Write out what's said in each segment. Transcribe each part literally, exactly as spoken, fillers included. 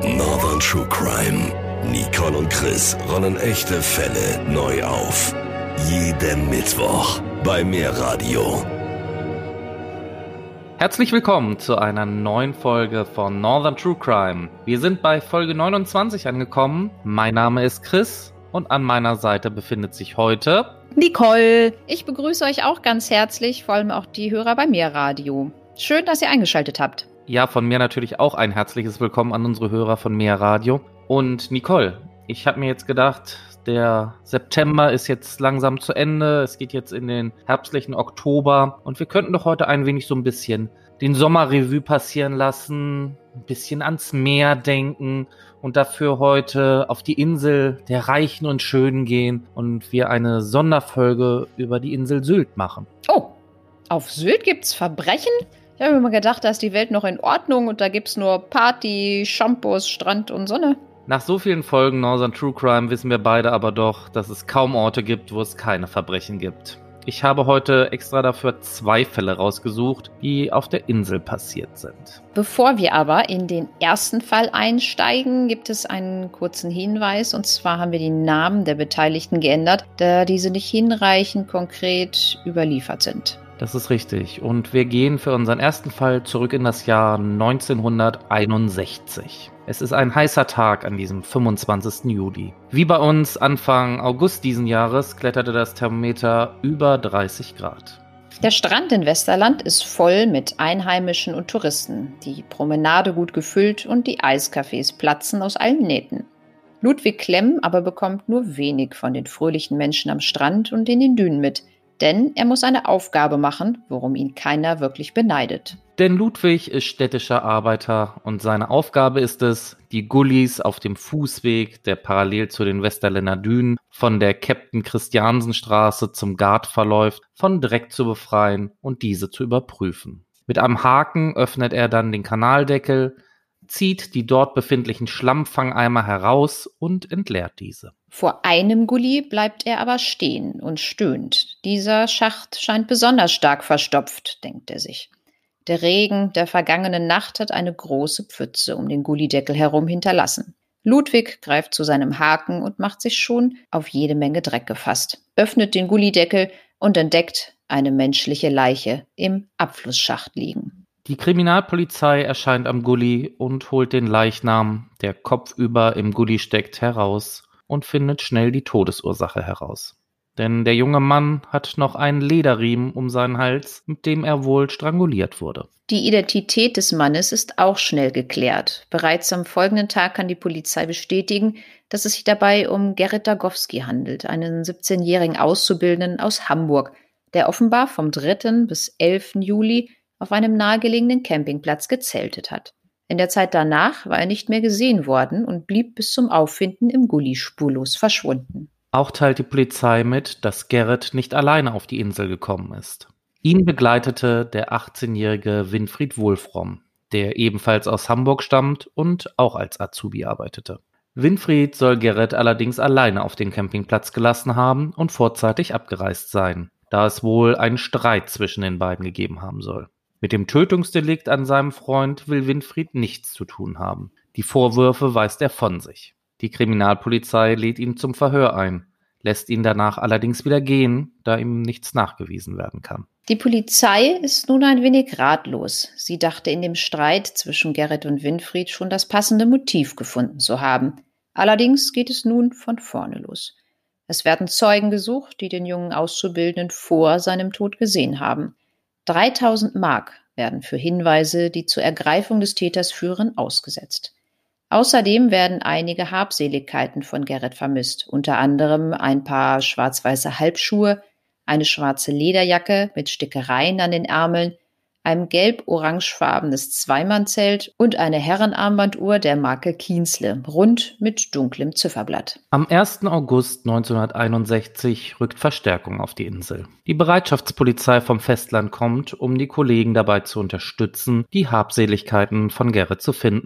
Northern True Crime. Nicole und Chris rollen echte Fälle neu auf. Jeden Mittwoch bei Meerradio. Herzlich willkommen zu einer neuen Folge von Northern True Crime. Wir sind bei Folge neunundzwanzig angekommen. Mein Name ist Chris und an meiner Seite befindet sich heute Nicole. Ich begrüße euch auch ganz herzlich, vor allem auch die Hörer bei Meerradio. Schön, dass ihr eingeschaltet habt. Ja, von mir natürlich auch ein herzliches Willkommen an unsere Hörer von Meerradio. Und Nicole, ich habe mir jetzt gedacht, der September ist jetzt langsam zu Ende. Es geht jetzt in den herbstlichen Oktober. Und wir könnten doch heute ein wenig so ein bisschen den Sommerrevue passieren lassen, ein bisschen ans Meer denken und dafür heute auf die Insel der Reichen und Schönen gehen und wir eine Sonderfolge über die Insel Sylt machen. Oh, auf Sylt gibt's Verbrechen? Ich habe mir mal gedacht, da ist die Welt noch in Ordnung und da gibt's nur Party, Shampoos, Strand und Sonne. Nach so vielen Folgen Northern True Crime wissen wir beide aber doch, dass es kaum Orte gibt, wo es keine Verbrechen gibt. Ich habe heute extra dafür zwei Fälle rausgesucht, die auf der Insel passiert sind. Bevor wir aber in den ersten Fall einsteigen, gibt es einen kurzen Hinweis. Und zwar haben wir die Namen der Beteiligten geändert, da diese nicht hinreichend konkret überliefert sind. Das ist richtig. Und wir gehen für unseren ersten Fall zurück in das Jahr neunzehnhunderteinundsechzig. Es ist ein heißer Tag an diesem fünfundzwanzigsten Juli. Wie bei uns Anfang August diesen Jahres kletterte das Thermometer über dreißig Grad. Der Strand in Westerland ist voll mit Einheimischen und Touristen, die Promenade gut gefüllt und die Eiscafés platzen aus allen Nähten. Ludwig Klemm aber bekommt nur wenig von den fröhlichen Menschen am Strand und in den Dünen mit. Denn er muss eine Aufgabe machen, worum ihn keiner wirklich beneidet. Denn Ludwig ist städtischer Arbeiter und seine Aufgabe ist es, die Gullis auf dem Fußweg, der parallel zu den Westerländer Dünen von der Captain-Christiansen-Straße zum Gard verläuft, von Dreck zu befreien und diese zu überprüfen. Mit einem Haken öffnet er dann den Kanaldeckel, zieht die dort befindlichen Schlammfangeimer heraus und entleert diese. Vor einem Gully bleibt er aber stehen und stöhnt. Dieser Schacht scheint besonders stark verstopft, denkt er sich. Der Regen der vergangenen Nacht hat eine große Pfütze um den Gullydeckel herum hinterlassen. Ludwig greift zu seinem Haken und macht sich schon auf jede Menge Dreck gefasst, öffnet den Gullydeckel und entdeckt eine menschliche Leiche im Abflussschacht liegen. Die Kriminalpolizei erscheint am Gully und holt den Leichnam, der kopfüber im Gully steckt, heraus und findet schnell die Todesursache heraus. Denn der junge Mann hat noch einen Lederriemen um seinen Hals, mit dem er wohl stranguliert wurde. Die Identität des Mannes ist auch schnell geklärt. Bereits am folgenden Tag kann die Polizei bestätigen, dass es sich dabei um Gerrit Dagowski handelt, einen siebzehnjährigen Auszubildenden aus Hamburg, der offenbar vom dritten bis elften Juli auf einem nahegelegenen Campingplatz gezeltet hat. In der Zeit danach war er nicht mehr gesehen worden und blieb bis zum Auffinden im Gully spurlos verschwunden. Auch teilt die Polizei mit, dass Gerrit nicht alleine auf die Insel gekommen ist. Ihn begleitete der achtzehnjährige Winfried Wolfrom, der ebenfalls aus Hamburg stammt und auch als Azubi arbeitete. Winfried soll Gerrit allerdings alleine auf den Campingplatz gelassen haben und vorzeitig abgereist sein, da es wohl einen Streit zwischen den beiden gegeben haben soll. Mit dem Tötungsdelikt an seinem Freund will Winfried nichts zu tun haben. Die Vorwürfe weist er von sich. Die Kriminalpolizei lädt ihn zum Verhör ein, lässt ihn danach allerdings wieder gehen, da ihm nichts nachgewiesen werden kann. Die Polizei ist nun ein wenig ratlos. Sie dachte in dem Streit zwischen Gerrit und Winfried schon das passende Motiv gefunden zu haben. Allerdings geht es nun von vorne los. Es werden Zeugen gesucht, die den jungen Auszubildenden vor seinem Tod gesehen haben. dreitausend Mark werden für Hinweise, die zur Ergreifung des Täters führen, ausgesetzt. Außerdem werden einige Habseligkeiten von Gerrit vermisst, unter anderem ein paar schwarz-weiße Halbschuhe, eine schwarze Lederjacke mit Stickereien an den Ärmeln, ein gelb-orangefarbenes Zweimannzelt und eine Herrenarmbanduhr der Marke Kienzle, rund mit dunklem Zifferblatt. Am ersten August neunzehnhunderteinundsechzig rückt Verstärkung auf die Insel. Die Bereitschaftspolizei vom Festland kommt, um die Kollegen dabei zu unterstützen, die Habseligkeiten von Gerrit zu finden.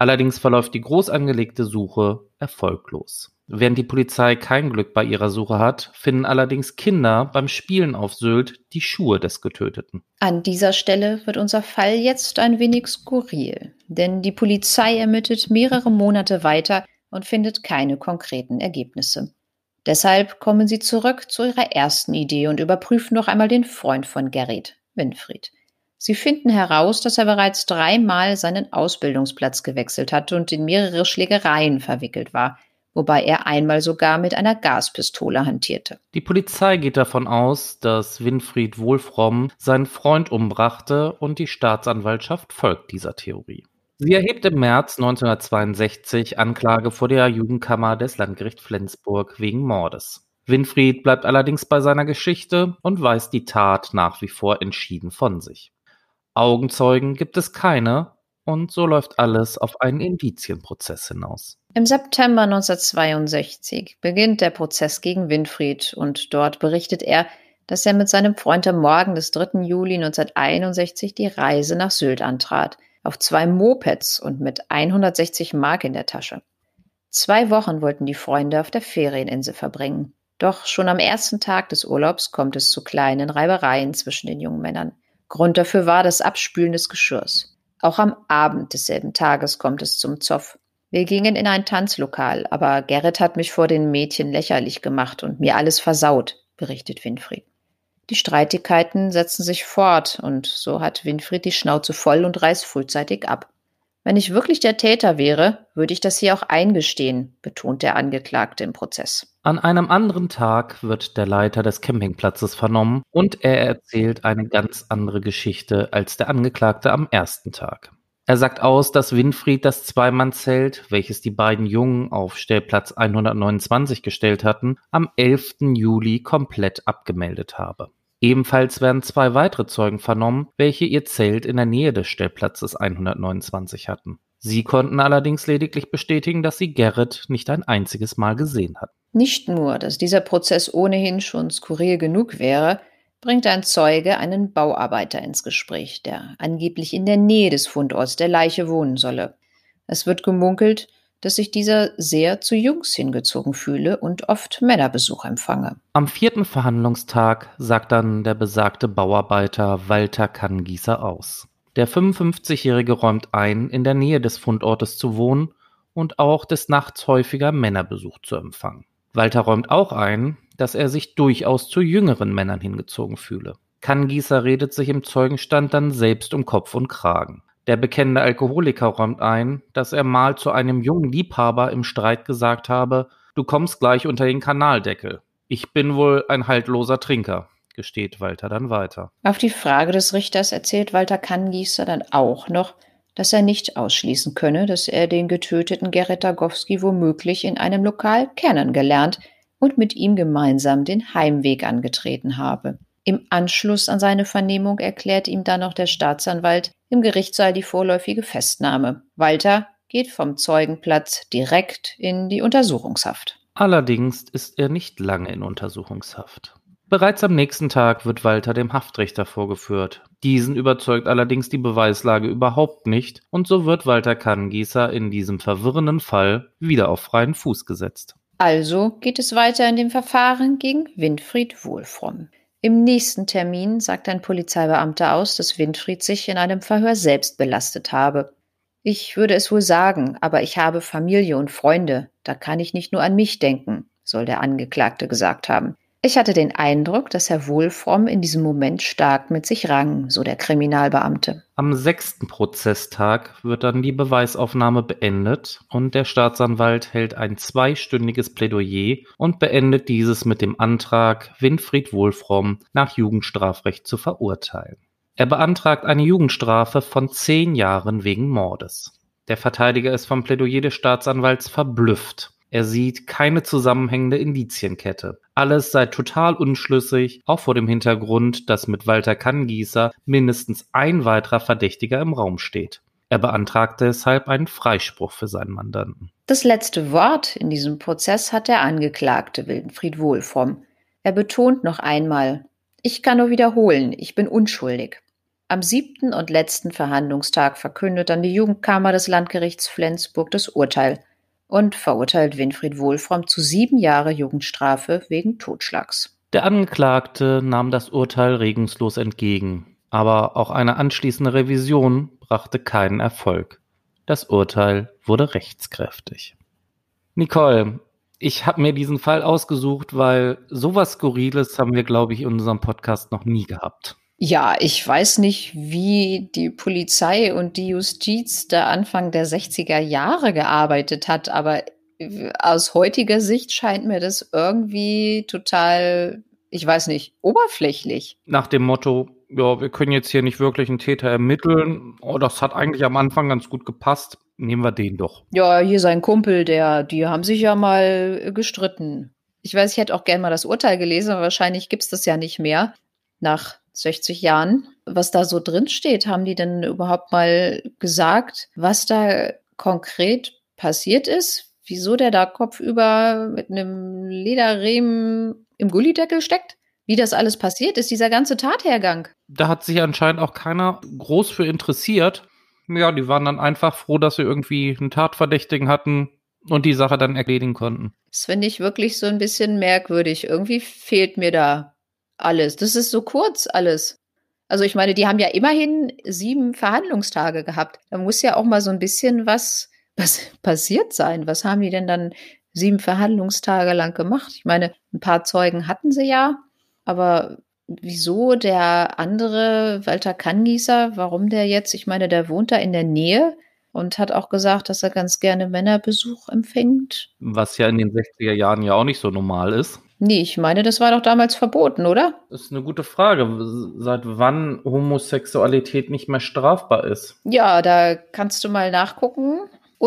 Allerdings verläuft die groß angelegte Suche erfolglos. Während die Polizei kein Glück bei ihrer Suche hat, finden allerdings Kinder beim Spielen auf Sylt die Schuhe des Getöteten. An dieser Stelle wird unser Fall jetzt ein wenig skurril, denn die Polizei ermittelt mehrere Monate weiter und findet keine konkreten Ergebnisse. Deshalb kommen sie zurück zu ihrer ersten Idee und überprüfen noch einmal den Freund von Gerrit, Winfried. Sie finden heraus, dass er bereits dreimal seinen Ausbildungsplatz gewechselt hatte und in mehrere Schlägereien verwickelt war, wobei er einmal sogar mit einer Gaspistole hantierte. Die Polizei geht davon aus, dass Winfried Wohlfromm seinen Freund umbrachte und die Staatsanwaltschaft folgt dieser Theorie. Sie erhebt im März neunzehnhundertzweiundsechzig Anklage vor der Jugendkammer des Landgerichts Flensburg wegen Mordes. Winfried bleibt allerdings bei seiner Geschichte und weist die Tat nach wie vor entschieden von sich. Augenzeugen gibt es keine und so läuft alles auf einen Indizienprozess hinaus. Im September neunzehnhundertzweiundsechzig beginnt der Prozess gegen Winfried und dort berichtet er, dass er mit seinem Freund am Morgen des dritten Juli neunzehnhunderteinundsechzig die Reise nach Sylt antrat, auf zwei Mopeds und mit hundertsechzig Mark in der Tasche. Zwei Wochen wollten die Freunde auf der Ferieninsel verbringen. Doch schon am ersten Tag des Urlaubs kommt es zu kleinen Reibereien zwischen den jungen Männern. Grund dafür war das Abspülen des Geschirrs. Auch am Abend desselben Tages kommt es zum Zoff. Wir gingen in ein Tanzlokal, aber Gerrit hat mich vor den Mädchen lächerlich gemacht und mir alles versaut, berichtet Winfried. Die Streitigkeiten setzen sich fort und so hat Winfried die Schnauze voll und reist frühzeitig ab. Wenn ich wirklich der Täter wäre, würde ich das hier auch eingestehen, betont der Angeklagte im Prozess. An einem anderen Tag wird der Leiter des Campingplatzes vernommen und er erzählt eine ganz andere Geschichte als der Angeklagte am ersten Tag. Er sagt aus, dass Winfried das Zweimannzelt, welches die beiden Jungen auf Stellplatz hundertneunundzwanzig gestellt hatten, am elften Juli komplett abgemeldet habe. Ebenfalls werden zwei weitere Zeugen vernommen, welche ihr Zelt in der Nähe des Stellplatzes hundertneunundzwanzig hatten. Sie konnten allerdings lediglich bestätigen, dass sie Gerrit nicht ein einziges Mal gesehen hatten. Nicht nur, dass dieser Prozess ohnehin schon skurril genug wäre, bringt ein Zeuge einen Bauarbeiter ins Gespräch, der angeblich in der Nähe des Fundorts der Leiche wohnen solle. Es wird gemunkelt, dass sich dieser sehr zu Jungs hingezogen fühle und oft Männerbesuch empfange. Am vierten Verhandlungstag sagt dann der besagte Bauarbeiter Walter Kannengießer aus. Der fünfundfünfzigjährige räumt ein, in der Nähe des Fundortes zu wohnen und auch des Nachts häufiger Männerbesuch zu empfangen. Walter räumt auch ein, dass er sich durchaus zu jüngeren Männern hingezogen fühle. Kannengießer redet sich im Zeugenstand dann selbst um Kopf und Kragen. Der bekennende Alkoholiker räumt ein, dass er mal zu einem jungen Liebhaber im Streit gesagt habe, du kommst gleich unter den Kanaldeckel. Ich bin wohl ein haltloser Trinker, gesteht Walter dann weiter. Auf die Frage des Richters erzählt Walter Kannengießer dann auch noch, dass er nicht ausschließen könne, dass er den getöteten Gerrit Dagowski womöglich in einem Lokal kennengelernt und mit ihm gemeinsam den Heimweg angetreten habe. Im Anschluss an seine Vernehmung erklärt ihm dann noch der Staatsanwalt im Gerichtssaal die vorläufige Festnahme. Walter geht vom Zeugenplatz direkt in die Untersuchungshaft. Allerdings ist er nicht lange in Untersuchungshaft. Bereits am nächsten Tag wird Walter dem Haftrichter vorgeführt. Diesen überzeugt allerdings die Beweislage überhaupt nicht und so wird Walter Kannengießer in diesem verwirrenden Fall wieder auf freien Fuß gesetzt. Also geht es weiter in dem Verfahren gegen Winfried Wohlfromm. Im nächsten Termin sagt ein Polizeibeamter aus, dass Winfried sich in einem Verhör selbst belastet habe. Ich würde es wohl sagen, aber ich habe Familie und Freunde, da kann ich nicht nur an mich denken, soll der Angeklagte gesagt haben. Ich hatte den Eindruck, dass Herr Wohlfromm in diesem Moment stark mit sich rang, so der Kriminalbeamte. Am sechsten Prozesstag wird dann die Beweisaufnahme beendet und der Staatsanwalt hält ein zweistündiges Plädoyer und beendet dieses mit dem Antrag, Winfried Wohlfromm nach Jugendstrafrecht zu verurteilen. Er beantragt eine Jugendstrafe von zehn Jahren wegen Mordes. Der Verteidiger ist vom Plädoyer des Staatsanwalts verblüfft. Er sieht keine zusammenhängende Indizienkette. Alles sei total unschlüssig, auch vor dem Hintergrund, dass mit Walter Kannengießer mindestens ein weiterer Verdächtiger im Raum steht. Er beantragte deshalb einen Freispruch für seinen Mandanten. Das letzte Wort in diesem Prozess hat der Angeklagte Winfried Wohlfromm. Er betont noch einmal, ich kann nur wiederholen, ich bin unschuldig. Am siebten und letzten Verhandlungstag verkündet dann die Jugendkammer des Landgerichts Flensburg das Urteil und verurteilt Winfried Wohlfromm zu sieben Jahre Jugendstrafe wegen Totschlags. Der Angeklagte nahm das Urteil regungslos entgegen, aber auch eine anschließende Revision brachte keinen Erfolg. Das Urteil wurde rechtskräftig. Nicole, ich habe mir diesen Fall ausgesucht, weil sowas Skurriles haben wir, glaube ich, in unserem Podcast noch nie gehabt. Ja, ich weiß nicht, wie die Polizei und die Justiz da Anfang der sechziger Jahre gearbeitet hat, aber aus heutiger Sicht scheint mir das irgendwie total, ich weiß nicht, oberflächlich. Nach dem Motto, ja, wir können jetzt hier nicht wirklich einen Täter ermitteln. Oh, das hat eigentlich am Anfang ganz gut gepasst. Nehmen wir den doch. Ja, hier sein Kumpel, der, die haben sich ja mal gestritten. Ich weiß, ich hätte auch gerne mal das Urteil gelesen, aber wahrscheinlich gibt's das ja nicht mehr nach sechzig Jahren. Was da so drin steht, haben die denn überhaupt mal gesagt, was da konkret passiert ist? Wieso der da kopfüber mit einem Lederriemen im Gullideckel steckt? Wie das alles passiert ist, dieser ganze Tathergang. Da hat sich anscheinend auch keiner groß für interessiert. Ja, die waren dann einfach froh, dass sie irgendwie einen Tatverdächtigen hatten und die Sache dann erledigen konnten. Das finde ich wirklich so ein bisschen merkwürdig. Irgendwie fehlt mir da alles. Das ist so kurz alles. Also ich meine, die haben ja immerhin sieben Verhandlungstage gehabt. Da muss ja auch mal so ein bisschen was, was passiert sein. Was haben die denn dann sieben Verhandlungstage lang gemacht? Ich meine, ein paar Zeugen hatten sie ja, aber wieso der andere, Walter Kanngießer, warum der jetzt, ich meine, der wohnt da in der Nähe und hat auch gesagt, dass er ganz gerne Männerbesuch empfängt. Was ja in den sechziger Jahren ja auch nicht so normal ist. Nee, ich meine, das war doch damals verboten, oder? Das ist eine gute Frage, seit wann Homosexualität nicht mehr strafbar ist. Ja, da kannst du mal nachgucken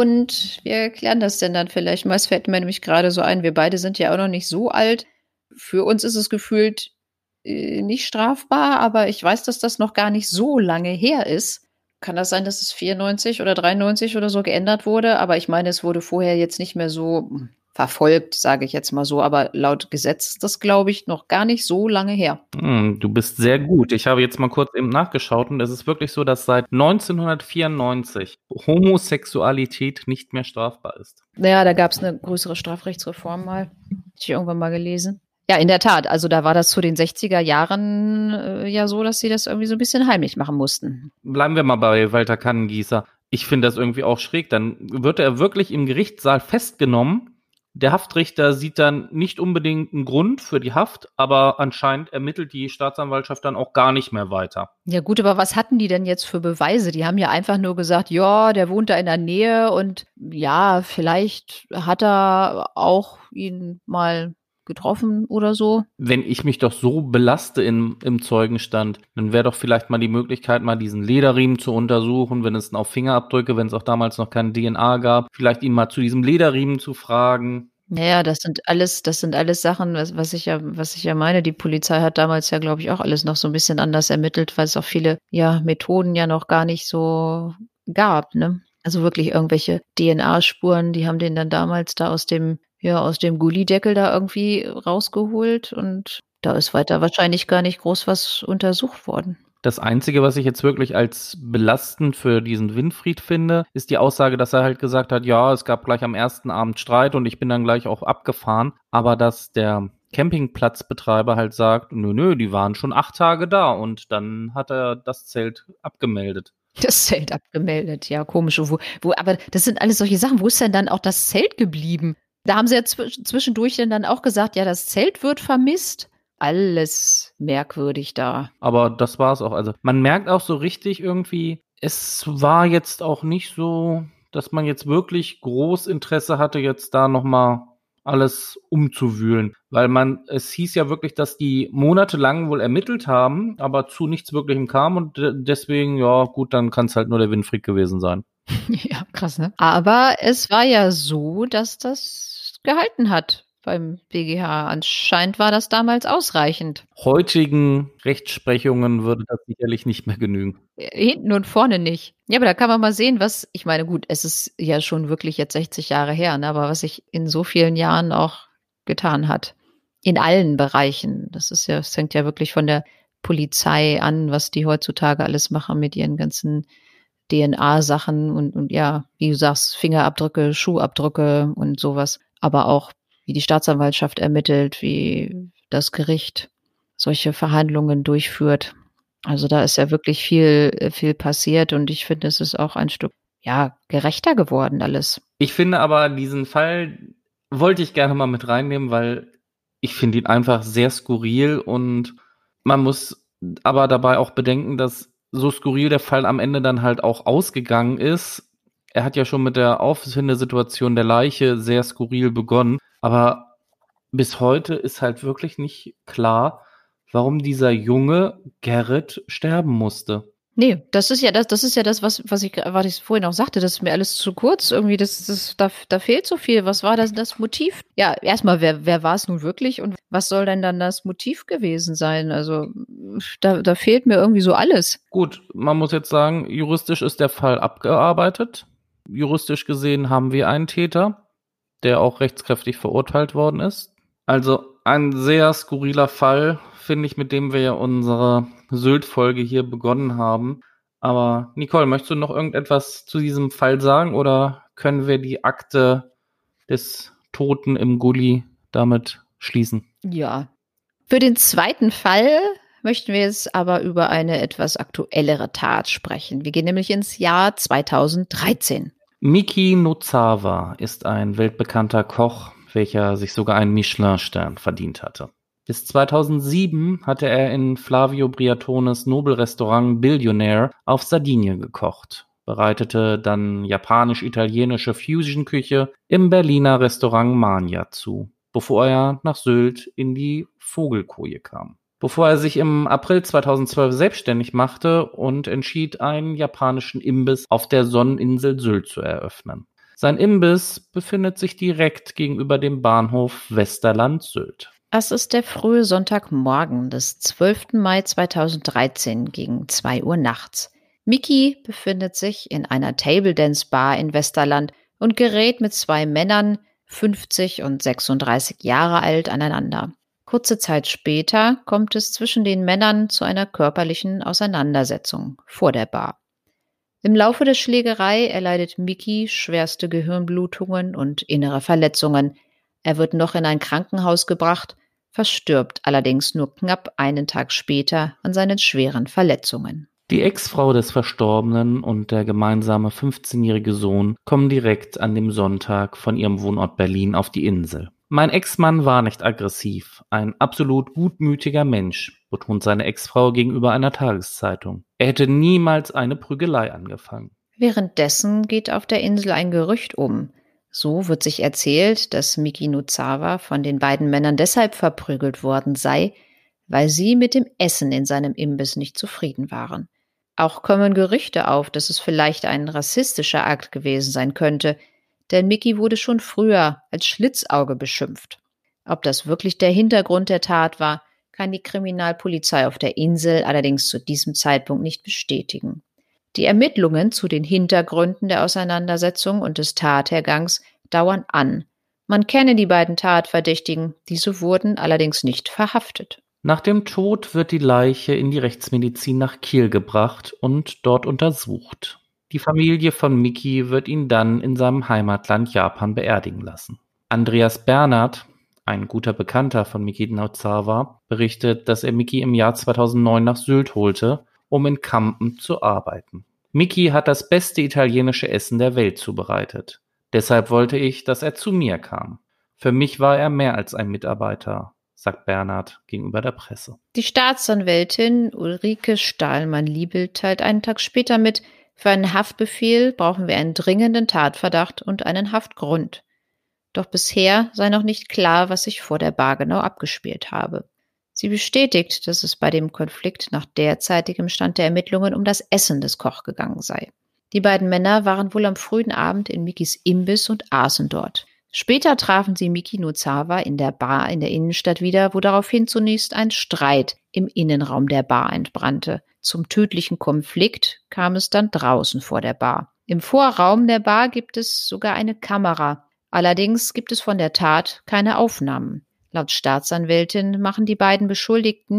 und wir erklären das denn dann vielleicht mal. Es fällt mir nämlich gerade so ein, wir beide sind ja auch noch nicht so alt. Für uns ist es gefühlt äh, nicht strafbar, aber ich weiß, dass das noch gar nicht so lange her ist. Kann das sein, dass es vierundneunzig oder dreiundneunzig oder so geändert wurde? Aber ich meine, es wurde vorher jetzt nicht mehr so verfolgt, sage ich jetzt mal so. Aber laut Gesetz ist das, glaube ich, noch gar nicht so lange her. Hm, du bist sehr gut. Ich habe jetzt mal kurz eben nachgeschaut und es ist wirklich so, dass seit neunzehnhundertvierundneunzig Homosexualität nicht mehr strafbar ist. Naja, da gab es eine größere Strafrechtsreform mal. Hatte ich irgendwann mal gelesen. Ja, in der Tat. Also da war das zu den sechziger Jahren äh, ja so, dass sie das irgendwie so ein bisschen heimlich machen mussten. Bleiben wir mal bei Walter Kanngießer. Ich finde das irgendwie auch schräg. Dann wird er wirklich im Gerichtssaal festgenommen. Der Haftrichter sieht dann nicht unbedingt einen Grund für die Haft, aber anscheinend ermittelt die Staatsanwaltschaft dann auch gar nicht mehr weiter. Ja gut, aber was hatten die denn jetzt für Beweise? Die haben ja einfach nur gesagt, ja, der wohnt da in der Nähe und ja, vielleicht hat er auch ihn mal getroffen oder so. Wenn ich mich doch so belaste in, im Zeugenstand, dann wäre doch vielleicht mal die Möglichkeit, mal diesen Lederriemen zu untersuchen, wenn es auf Fingerabdrücke, wenn es auch damals noch keine D N A gab, vielleicht ihn mal zu diesem Lederriemen zu fragen. Naja, das sind alles, das sind alles Sachen, was, was ich ja, was ich ja meine. Die Polizei hat damals ja, glaube ich, auch alles noch so ein bisschen anders ermittelt, weil es auch viele, ja, Methoden ja noch gar nicht so gab, ne? Also wirklich irgendwelche D N A-Spuren, die haben den dann damals da aus dem ja, aus dem Gullideckel da irgendwie rausgeholt und da ist weiter wahrscheinlich gar nicht groß was untersucht worden. Das Einzige, was ich jetzt wirklich als belastend für diesen Winfried finde, ist die Aussage, dass er halt gesagt hat, ja, es gab gleich am ersten Abend Streit und ich bin dann gleich auch abgefahren, aber dass der Campingplatzbetreiber halt sagt, nö, nö, die waren schon acht Tage da und dann hat er das Zelt abgemeldet. Das Zelt abgemeldet, ja, komisch. Wo, wo, aber das sind alles solche Sachen. Wo ist denn dann auch das Zelt geblieben? Da haben sie ja zwischendurch dann auch gesagt, ja, das Zelt wird vermisst. Alles merkwürdig da. Aber das war es auch. Also man merkt auch so richtig irgendwie, es war jetzt auch nicht so, dass man jetzt wirklich groß Interesse hatte, jetzt da nochmal alles umzuwühlen. Weil man, es hieß ja wirklich, dass die monatelang wohl ermittelt haben, aber zu nichts Wirklichem kam und deswegen, ja gut, dann kann es halt nur der Winfried gewesen sein. Ja, krass, ne? Aber es war ja so, dass das gehalten hat beim B G H. Anscheinend war das damals ausreichend. Heutigen Rechtsprechungen würde das sicherlich nicht mehr genügen. Hinten und vorne nicht. Ja, aber da kann man mal sehen, was, ich meine, gut, es ist ja schon wirklich jetzt sechzig Jahre her, ne, aber was sich in so vielen Jahren auch getan hat. In allen Bereichen. Das ist ja, es hängt ja wirklich von der Polizei an, was die heutzutage alles machen mit ihren ganzen D N A-Sachen und, und ja, wie du sagst, Fingerabdrücke, Schuhabdrücke und sowas. Aber auch, wie die Staatsanwaltschaft ermittelt, wie das Gericht solche Verhandlungen durchführt. Also da ist ja wirklich viel, viel passiert und ich finde, es ist auch ein Stück, ja, gerechter geworden alles. Ich finde aber, diesen Fall wollte ich gerne mal mit reinnehmen, weil ich finde ihn einfach sehr skurril und man muss aber dabei auch bedenken, dass so skurril der Fall am Ende dann halt auch ausgegangen ist. Er hat ja schon mit der Auffindesituation der Leiche sehr skurril begonnen, aber bis heute ist halt wirklich nicht klar, warum dieser junge Gerrit sterben musste. Nee, das ist ja das, das ist ja das, was, was ich, was ich vorhin auch sagte, das ist mir alles zu kurz. Irgendwie, das, das, da, da fehlt so viel. Was war das, das Motiv? Ja, erstmal, wer, wer war es nun wirklich und was soll denn dann das Motiv gewesen sein? Also, da, da fehlt mir irgendwie so alles. Gut, man muss jetzt sagen, juristisch ist der Fall abgearbeitet. Juristisch gesehen haben wir einen Täter, der auch rechtskräftig verurteilt worden ist. Also ein sehr skurriler Fall, finde ich, mit dem wir ja unsere Sylt-Folge hier begonnen haben. Aber Nicole, möchtest du noch irgendetwas zu diesem Fall sagen oder können wir die Akte des Toten im Gully damit schließen? Ja. Für den zweiten Fall möchten wir jetzt aber über eine etwas aktuellere Tat sprechen. Wir gehen nämlich ins Jahr zweitausenddreizehn. Miki Nozawa ist ein weltbekannter Koch, welcher sich sogar einen Michelin-Stern verdient hatte. Bis zweitausendsieben hatte er in Flavio Briatones Nobelrestaurant Billionaire auf Sardinien gekocht, bereitete dann japanisch-italienische Fusion-Küche im Berliner Restaurant Mania zu, bevor er nach Sylt in die Vogelkoje kam. Bevor er sich im April zweitausendzwölf selbstständig machte und entschied, einen japanischen Imbiss auf der Sonneninsel Sylt zu eröffnen. Sein Imbiss befindet sich direkt gegenüber dem Bahnhof Westerland Sylt. Es ist der frühe Sonntagmorgen des zwölften Mai zweitausenddreizehn gegen zwei Uhr nachts. Miki befindet sich in einer Table-Dance-Bar in Westerland und gerät mit zwei Männern, fünfzig und sechsunddreißig Jahre alt, aneinander. Kurze Zeit später kommt es zwischen den Männern zu einer körperlichen Auseinandersetzung vor der Bar. Im Laufe der Schlägerei erleidet Miki schwerste Gehirnblutungen und innere Verletzungen. Er wird noch in ein Krankenhaus gebracht, verstirbt allerdings nur knapp einen Tag später an seinen schweren Verletzungen. Die Ex-Frau des Verstorbenen und der gemeinsame fünfzehnjährige Sohn kommen direkt an dem Sonntag von ihrem Wohnort Berlin auf die Insel. Mein Ex-Mann war nicht aggressiv, ein absolut gutmütiger Mensch, betont seine Ex-Frau gegenüber einer Tageszeitung. Er hätte niemals eine Prügelei angefangen. Währenddessen geht auf der Insel ein Gerücht um. So wird sich erzählt, dass Miki Nozawa von den beiden Männern deshalb verprügelt worden sei, weil sie mit dem Essen in seinem Imbiss nicht zufrieden waren. Auch kommen Gerüchte auf, dass es vielleicht ein rassistischer Akt gewesen sein könnte, denn Miki wurde schon früher als Schlitzauge beschimpft. Ob das wirklich der Hintergrund der Tat war, kann die Kriminalpolizei auf der Insel allerdings zu diesem Zeitpunkt nicht bestätigen. Die Ermittlungen zu den Hintergründen der Auseinandersetzung und des Tathergangs dauern an. Man kenne die beiden Tatverdächtigen, diese wurden allerdings nicht verhaftet. Nach dem Tod wird die Leiche in die Rechtsmedizin nach Kiel gebracht und dort untersucht. Die Familie von Miki wird ihn dann in seinem Heimatland Japan beerdigen lassen. Andreas Bernhard, ein guter Bekannter von Miki Nozawa, berichtet, dass er Miki im Jahr zweitausendneun nach Sylt holte, um in Kampen zu arbeiten. Miki hat das beste italienische Essen der Welt zubereitet. Deshalb wollte ich, dass er zu mir kam. Für mich war er mehr als ein Mitarbeiter, sagt Bernhard gegenüber der Presse. Die Staatsanwältin Ulrike Stahlmann-Liebel teilt einen Tag später mit, für einen Haftbefehl brauchen wir einen dringenden Tatverdacht und einen Haftgrund. Doch bisher sei noch nicht klar, was sich vor der Bar genau abgespielt habe. Sie bestätigt, dass es bei dem Konflikt nach derzeitigem Stand der Ermittlungen um das Essen des Kochs gegangen sei. Die beiden Männer waren wohl am frühen Abend in Mikis Imbiss und aßen dort. Später trafen sie Miki Nozawa in der Bar in der Innenstadt wieder, wo daraufhin zunächst ein Streit im Innenraum der Bar entbrannte. Zum tödlichen Konflikt kam es dann draußen vor der Bar. Im Vorraum der Bar gibt es sogar eine Kamera. Allerdings gibt es von der Tat keine Aufnahmen. Laut Staatsanwältin machen die beiden Beschuldigten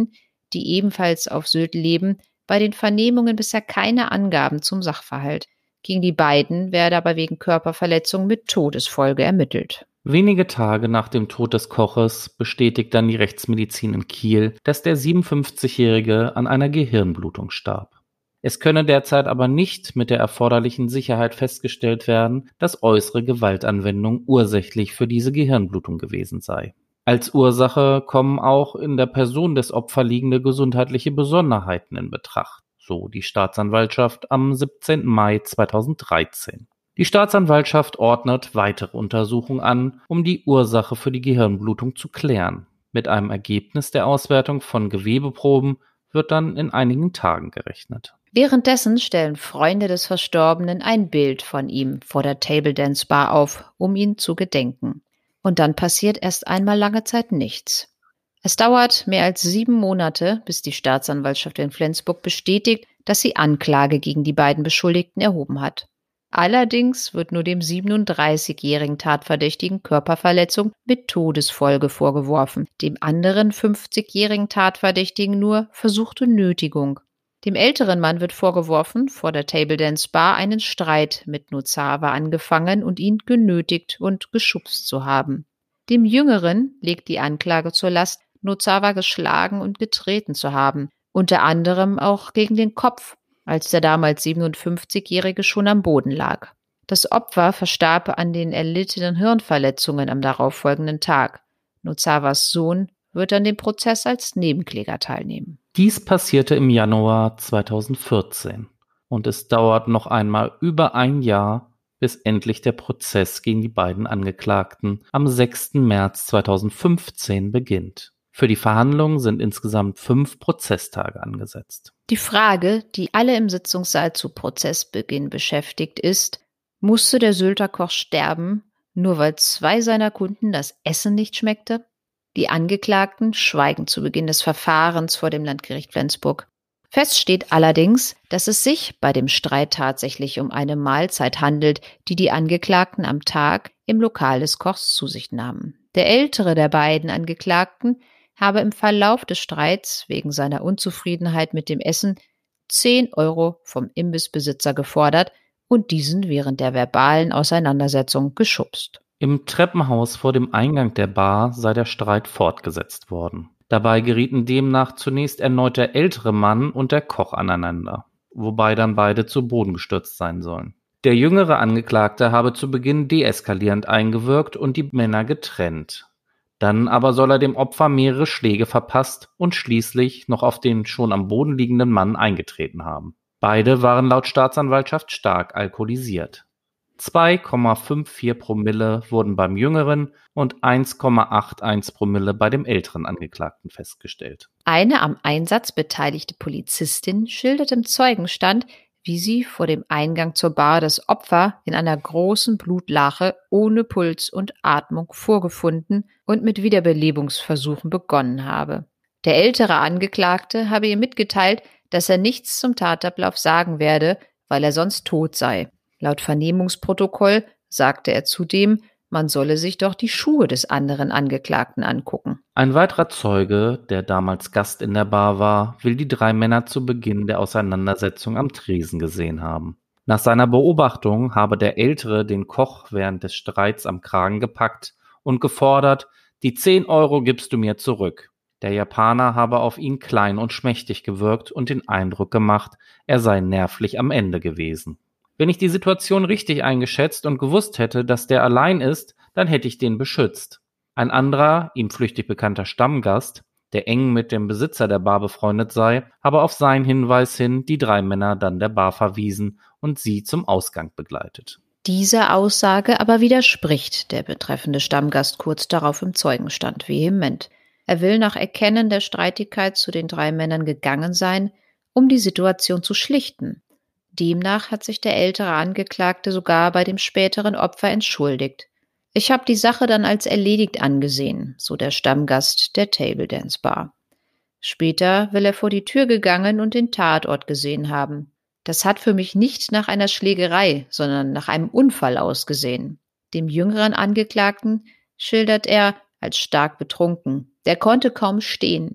die ebenfalls auf Sylt leben, bei den Vernehmungen bisher keine Angaben zum Sachverhalt. Gegen die beiden werde aber wegen Körperverletzung mit Todesfolge ermittelt. Wenige Tage nach dem Tod des Koches bestätigt dann die Rechtsmedizin in Kiel, dass der siebenundfünfzigjährige an einer Gehirnblutung starb. Es könne derzeit aber nicht mit der erforderlichen Sicherheit festgestellt werden, dass äußere Gewaltanwendung ursächlich für diese Gehirnblutung gewesen sei. Als Ursache kommen auch in der Person des Opfers liegende gesundheitliche Besonderheiten in Betracht, so die Staatsanwaltschaft am siebzehnten Mai zweitausenddreizehn. Die Staatsanwaltschaft ordnet weitere Untersuchungen an, um die Ursache für die Gehirnblutung zu klären. Mit einem Ergebnis der Auswertung von Gewebeproben wird dann in einigen Tagen gerechnet. Währenddessen stellen Freunde des Verstorbenen ein Bild von ihm vor der Table Dance Bar auf, um ihn zu gedenken. Und dann passiert erst einmal lange Zeit nichts. Es dauert mehr als sieben Monate, bis die Staatsanwaltschaft in Flensburg bestätigt, dass sie Anklage gegen die beiden Beschuldigten erhoben hat. Allerdings wird nur dem siebenunddreißigjährigen Tatverdächtigen Körperverletzung mit Todesfolge vorgeworfen, dem anderen fünfzigjährigen Tatverdächtigen nur versuchte Nötigung. Dem älteren Mann wird vorgeworfen, vor der Table Dance Bar einen Streit mit Nozawa angefangen und ihn genötigt und geschubst zu haben. Dem Jüngeren legt die Anklage zur Last, Nozawa geschlagen und getreten zu haben, unter anderem auch gegen den Kopf, als der damals siebenundfünfzigjährige schon am Boden lag. Das Opfer verstarb an den erlittenen Hirnverletzungen am darauffolgenden Tag. Nozawas Sohn wird an dem Prozess als Nebenkläger teilnehmen. Dies passierte im Januar zweitausendvierzehn und es dauert noch einmal über ein Jahr, bis endlich der Prozess gegen die beiden Angeklagten am sechsten März zweitausendfünfzehn beginnt. Für die Verhandlungen sind insgesamt fünf Prozesstage angesetzt. Die Frage, die alle im Sitzungssaal zu Prozessbeginn beschäftigt, ist: Musste der Sylter Koch sterben, nur weil zwei seiner Kunden das Essen nicht schmeckte? Die Angeklagten schweigen zu Beginn des Verfahrens vor dem Landgericht Flensburg. Fest steht allerdings, dass es sich bei dem Streit tatsächlich um eine Mahlzeit handelt, die die Angeklagten am Tag im Lokal des Kochs zu sich nahmen. Der ältere der beiden Angeklagten habe im Verlauf des Streits wegen seiner Unzufriedenheit mit dem Essen zehn Euro vom Imbissbesitzer gefordert und diesen während der verbalen Auseinandersetzung geschubst. Im Treppenhaus vor dem Eingang der Bar sei der Streit fortgesetzt worden. Dabei gerieten demnach zunächst erneut der ältere Mann und der Koch aneinander, wobei dann beide zu Boden gestürzt sein sollen. Der jüngere Angeklagte habe zu Beginn deeskalierend eingewirkt und die Männer getrennt. Dann aber soll er dem Opfer mehrere Schläge verpasst und schließlich noch auf den schon am Boden liegenden Mann eingetreten haben. Beide waren laut Staatsanwaltschaft stark alkoholisiert. zwei Komma vierundfünfzig Promille wurden beim Jüngeren und eins Komma einundachtzig Promille bei dem älteren Angeklagten festgestellt. Eine am Einsatz beteiligte Polizistin schildert im Zeugenstand, wie sie vor dem Eingang zur Bar das Opfer in einer großen Blutlache ohne Puls und Atmung vorgefunden und mit Wiederbelebungsversuchen begonnen habe. Der ältere Angeklagte habe ihr mitgeteilt, dass er nichts zum Tatablauf sagen werde, weil er sonst tot sei. Laut Vernehmungsprotokoll sagte er zudem, man solle sich doch die Schuhe des anderen Angeklagten angucken. Ein weiterer Zeuge, der damals Gast in der Bar war, will die drei Männer zu Beginn der Auseinandersetzung am Tresen gesehen haben. Nach seiner Beobachtung habe der Ältere den Koch während des Streits am Kragen gepackt und gefordert, die zehn Euro gibst du mir zurück. Der Japaner habe auf ihn klein und schmächtig gewirkt und den Eindruck gemacht, er sei nervlich am Ende gewesen. Wenn ich die Situation richtig eingeschätzt und gewusst hätte, dass der allein ist, dann hätte ich den beschützt. Ein anderer, ihm flüchtig bekannter Stammgast, der eng mit dem Besitzer der Bar befreundet sei, habe auf seinen Hinweis hin die drei Männer dann der Bar verwiesen und sie zum Ausgang begleitet. Dieser Aussage aber widerspricht der betreffende Stammgast kurz darauf im Zeugenstand vehement. Er will nach Erkennen der Streitigkeit zu den drei Männern gegangen sein, um die Situation zu schlichten. Demnach hat sich der ältere Angeklagte sogar bei dem späteren Opfer entschuldigt. Ich habe die Sache dann als erledigt angesehen, so der Stammgast der Table Dance Bar. Später will er vor die Tür gegangen und den Tatort gesehen haben. Das hat für mich nicht nach einer Schlägerei, sondern nach einem Unfall ausgesehen. Dem jüngeren Angeklagten schildert er als stark betrunken. Der konnte kaum stehen.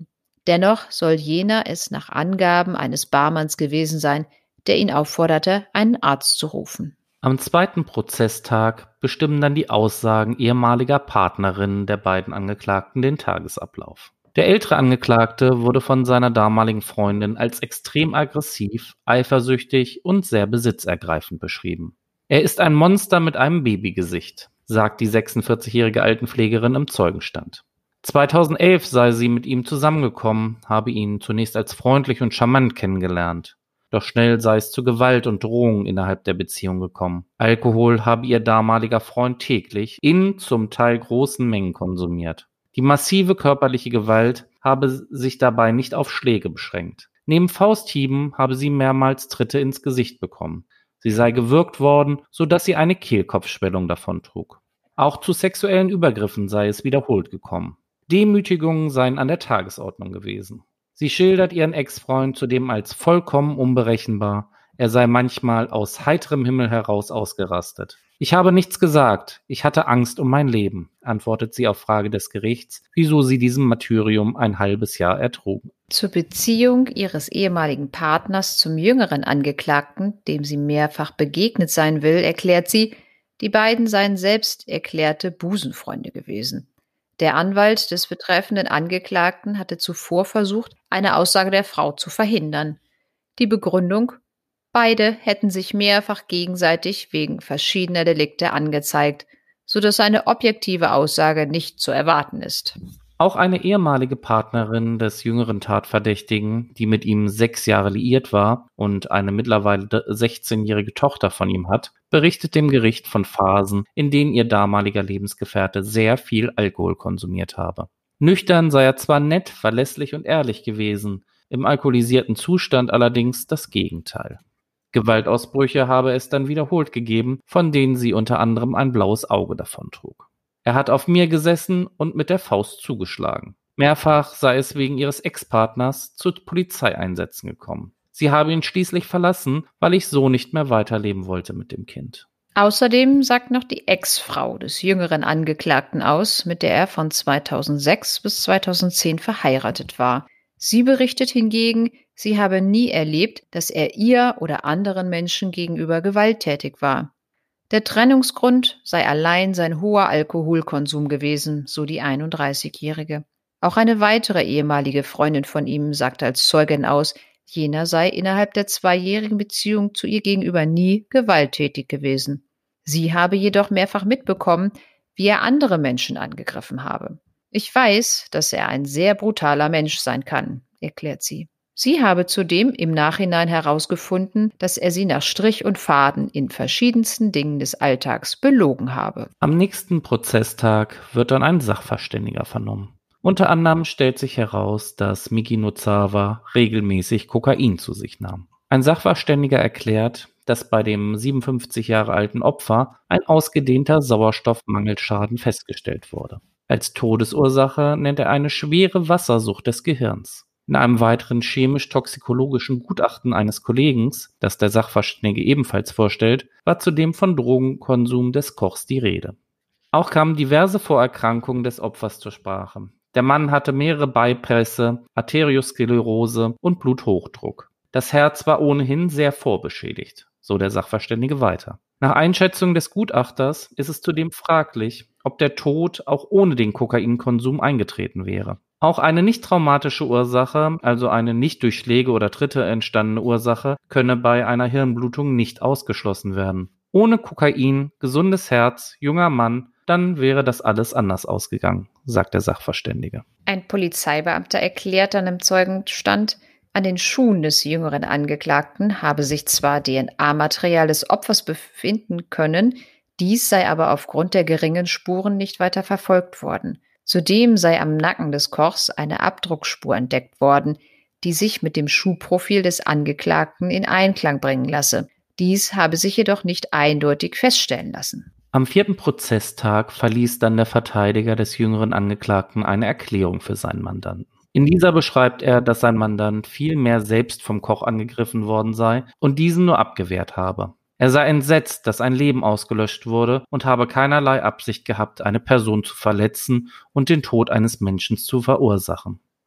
Dennoch soll jener es nach Angaben eines Barmanns gewesen sein, der ihn aufforderte, einen Arzt zu rufen. Am zweiten Prozesstag bestimmen dann die Aussagen ehemaliger Partnerinnen der beiden Angeklagten den Tagesablauf. Der ältere Angeklagte wurde von seiner damaligen Freundin als extrem aggressiv, eifersüchtig und sehr besitzergreifend beschrieben. Er ist ein Monster mit einem Babygesicht, sagt die sechsundvierzigjährige Altenpflegerin im Zeugenstand. zweitausendelf sei sie mit ihm zusammengekommen, habe ihn zunächst als freundlich und charmant kennengelernt. Doch schnell sei es zu Gewalt und Drohungen innerhalb der Beziehung gekommen. Alkohol habe ihr damaliger Freund täglich in zum Teil großen Mengen konsumiert. Die massive körperliche Gewalt habe sich dabei nicht auf Schläge beschränkt. Neben Fausthieben habe sie mehrmals Tritte ins Gesicht bekommen. Sie sei gewürgt worden, sodass sie eine Kehlkopfschwellung davontrug. Auch zu sexuellen Übergriffen sei es wiederholt gekommen. Demütigungen seien an der Tagesordnung gewesen. Sie schildert ihren Ex-Freund zudem als vollkommen unberechenbar. Er sei manchmal aus heiterem Himmel heraus ausgerastet. Ich habe nichts gesagt. Ich hatte Angst um mein Leben, antwortet sie auf Frage des Gerichts, wieso sie diesem Martyrium ein halbes Jahr ertrugen. Zur Beziehung ihres ehemaligen Partners zum jüngeren Angeklagten, dem sie mehrfach begegnet sein will, erklärt sie, die beiden seien selbst erklärte Busenfreunde gewesen. Der Anwalt des betreffenden Angeklagten hatte zuvor versucht, eine Aussage der Frau zu verhindern. Die Begründung: Beide hätten sich mehrfach gegenseitig wegen verschiedener Delikte angezeigt, sodass eine objektive Aussage nicht zu erwarten ist. Auch eine ehemalige Partnerin des jüngeren Tatverdächtigen, die mit ihm sechs Jahre liiert war und eine mittlerweile sechzehnjährige Tochter von ihm hat, berichtet dem Gericht von Phasen, in denen ihr damaliger Lebensgefährte sehr viel Alkohol konsumiert habe. Nüchtern sei er zwar nett, verlässlich und ehrlich gewesen, im alkoholisierten Zustand allerdings das Gegenteil. Gewaltausbrüche habe es dann wiederholt gegeben, von denen sie unter anderem ein blaues Auge davontrug. Er hat auf mir gesessen und mit der Faust zugeschlagen. Mehrfach sei es wegen ihres Ex-Partners zu Polizeieinsätzen gekommen. Sie habe ihn schließlich verlassen, weil ich so nicht mehr weiterleben wollte mit dem Kind. Außerdem sagt noch die Ex-Frau des jüngeren Angeklagten aus, mit der er von zweitausendsechs bis zweitausendzehn verheiratet war. Sie berichtet hingegen, sie habe nie erlebt, dass er ihr oder anderen Menschen gegenüber gewalttätig war. Der Trennungsgrund sei allein sein hoher Alkoholkonsum gewesen, so die einunddreißigjährige. Auch eine weitere ehemalige Freundin von ihm sagte als Zeugin aus, jener sei innerhalb der zweijährigen Beziehung zu ihr gegenüber nie gewalttätig gewesen. Sie habe jedoch mehrfach mitbekommen, wie er andere Menschen angegriffen habe. Ich weiß, dass er ein sehr brutaler Mensch sein kann, erklärt sie. Sie habe zudem im Nachhinein herausgefunden, dass er sie nach Strich und Faden in verschiedensten Dingen des Alltags belogen habe. Am nächsten Prozesstag wird dann ein Sachverständiger vernommen. Unter anderem stellt sich heraus, dass Miki Nozawa regelmäßig Kokain zu sich nahm. Ein Sachverständiger erklärt, dass bei dem siebenundfünfzig Jahre alten Opfer ein ausgedehnter Sauerstoffmangelschaden festgestellt wurde. Als Todesursache nennt er eine schwere Wassersucht des Gehirns. In einem weiteren chemisch-toxikologischen Gutachten eines Kollegen, das der Sachverständige ebenfalls vorstellt, war zudem von Drogenkonsum des Kochs die Rede. Auch kamen diverse Vorerkrankungen des Opfers zur Sprache. Der Mann hatte mehrere Beipässe, Arteriosklerose und Bluthochdruck. Das Herz war ohnehin sehr vorbeschädigt, so der Sachverständige weiter. Nach Einschätzung des Gutachters ist es zudem fraglich, ob der Tod auch ohne den Kokainkonsum eingetreten wäre. Auch eine nicht traumatische Ursache, also eine nicht durch Schläge oder Tritte entstandene Ursache, könne bei einer Hirnblutung nicht ausgeschlossen werden. Ohne Kokain, gesundes Herz, junger Mann, dann wäre das alles anders ausgegangen, sagt der Sachverständige. Ein Polizeibeamter erklärt dann im Zeugenstand, an den Schuhen des jüngeren Angeklagten habe sich zwar D N A-Material des Opfers befinden können, dies sei aber aufgrund der geringen Spuren nicht weiter verfolgt worden. Zudem sei am Nacken des Kochs eine Abdruckspur entdeckt worden, die sich mit dem Schuhprofil des Angeklagten in Einklang bringen lasse. Dies habe sich jedoch nicht eindeutig feststellen lassen. Am vierten Prozesstag verließ dann der Verteidiger des jüngeren Angeklagten eine Erklärung für seinen Mandanten. In dieser beschreibt er, dass sein Mandant vielmehr selbst vom Koch angegriffen worden sei und diesen nur abgewehrt habe. Er sei entsetzt, dass ein Leben ausgelöscht wurde und habe keinerlei Absicht gehabt, eine Person zu verletzen und den Tod eines Menschen zu verursachen.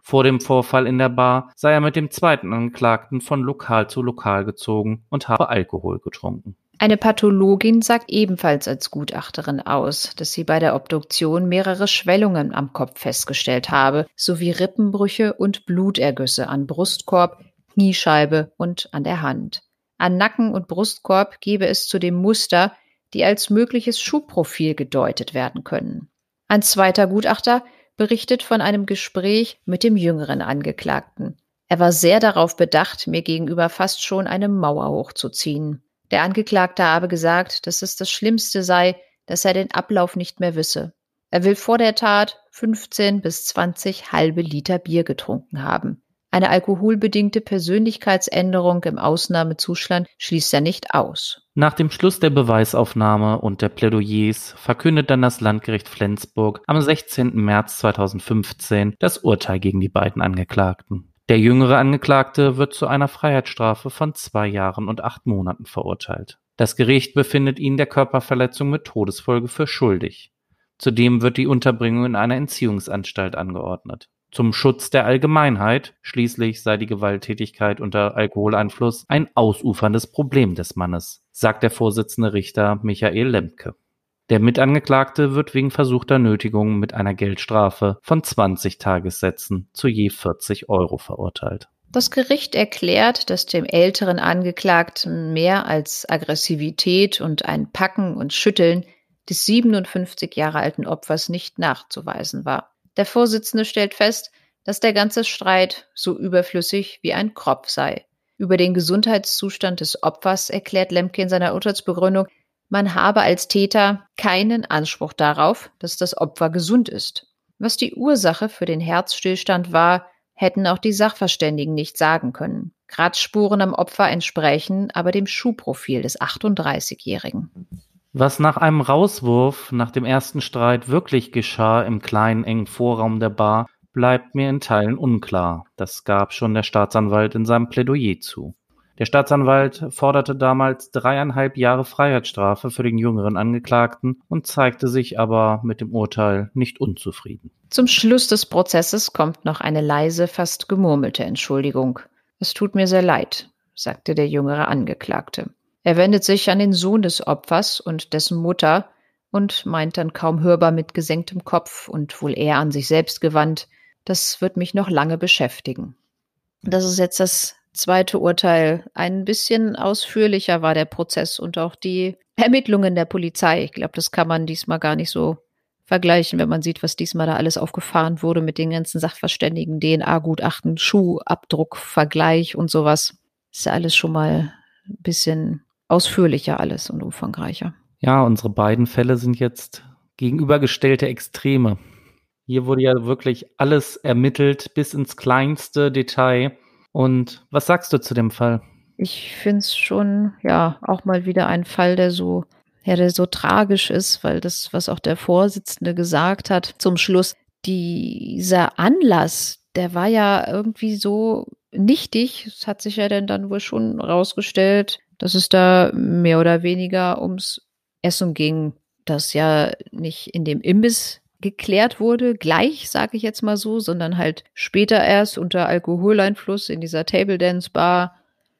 Vor dem Vorfall in der Bar sei er mit dem zweiten Angeklagten von Lokal zu Lokal gezogen und habe Alkohol getrunken. Eine Pathologin sagt ebenfalls als Gutachterin aus, dass sie bei der Obduktion mehrere Schwellungen am Kopf festgestellt habe, sowie Rippenbrüche und Blutergüsse an Brustkorb, Kniescheibe und an der Hand. An Nacken und Brustkorb gebe es zudem Muster, die als mögliches Schuhprofil gedeutet werden können. Ein zweiter Gutachter berichtet von einem Gespräch mit dem jüngeren Angeklagten. Er war sehr darauf bedacht, mir gegenüber fast schon eine Mauer hochzuziehen. Der Angeklagte habe gesagt, dass es das Schlimmste sei, dass er den Ablauf nicht mehr wisse. Er will vor der Tat fünfzehn bis zwanzig halbe Liter Bier getrunken haben. Eine alkoholbedingte Persönlichkeitsänderung im Ausnahmezustand schließt er nicht aus. Nach dem Schluss der Beweisaufnahme und der Plädoyers verkündet dann das Landgericht Flensburg am sechzehnten März zweitausendfünfzehn das Urteil gegen die beiden Angeklagten. Der jüngere Angeklagte wird zu einer Freiheitsstrafe von zwei Jahren und acht Monaten verurteilt. Das Gericht befindet ihn der Körperverletzung mit Todesfolge für schuldig. Zudem wird die Unterbringung in einer Entziehungsanstalt angeordnet. Zum Schutz der Allgemeinheit, schließlich sei die Gewalttätigkeit unter Alkoholeinfluss ein ausuferndes Problem des Mannes, sagt der Vorsitzende Richter Michael Lemke. Der Mitangeklagte wird wegen versuchter Nötigung mit einer Geldstrafe von zwanzig Tagessätzen zu je vierzig Euro verurteilt. Das Gericht erklärt, dass dem älteren Angeklagten mehr als Aggressivität und ein Packen und Schütteln des siebenundfünfzig Jahre alten Opfers nicht nachzuweisen war. Der Vorsitzende stellt fest, dass der ganze Streit so überflüssig wie ein Kropf sei. Über den Gesundheitszustand des Opfers erklärt Lemke in seiner Urteilsbegründung, man habe als Täter keinen Anspruch darauf, dass das Opfer gesund ist. Was die Ursache für den Herzstillstand war, hätten auch die Sachverständigen nicht sagen können. Kratzspuren am Opfer entsprechen aber dem Schuhprofil des achtunddreißigjährigen. Was nach einem Rauswurf nach dem ersten Streit wirklich geschah im kleinen, engen Vorraum der Bar, bleibt mir in Teilen unklar. Das gab schon der Staatsanwalt in seinem Plädoyer zu. Der Staatsanwalt forderte damals dreieinhalb Jahre Freiheitsstrafe für den jüngeren Angeklagten und zeigte sich aber mit dem Urteil nicht unzufrieden. Zum Schluss des Prozesses kommt noch eine leise, fast gemurmelte Entschuldigung. Es tut mir sehr leid, sagte der jüngere Angeklagte. Er wendet sich an den Sohn des Opfers und dessen Mutter und meint dann kaum hörbar mit gesenktem Kopf und wohl eher an sich selbst gewandt, das wird mich noch lange beschäftigen. Das ist jetzt das zweite Urteil. Ein bisschen ausführlicher war der Prozess und auch die Ermittlungen der Polizei. Ich glaube, das kann man diesmal gar nicht so vergleichen, wenn man sieht, was diesmal da alles aufgefahren wurde mit den ganzen Sachverständigen, D N A-Gutachten, Schuhabdruck, Vergleich und sowas. Ist ja alles schon mal ein bisschen ausführlicher alles und umfangreicher. Ja, unsere beiden Fälle sind jetzt gegenübergestellte Extreme. Hier wurde ja wirklich alles ermittelt bis ins kleinste Detail. Und was sagst du zu dem Fall? Ich finde es schon, ja, auch mal wieder ein Fall, der so, ja, der so tragisch ist, weil das, was auch der Vorsitzende gesagt hat, zum Schluss, dieser Anlass, der war ja irgendwie so nichtig. Es hat sich ja denn dann wohl schon rausgestellt, dass es da mehr oder weniger ums Essen ging, das ja nicht in dem Imbiss geklärt wurde, gleich, sage ich jetzt mal so, sondern halt später erst unter Alkoholeinfluss in dieser Table Dance Bar.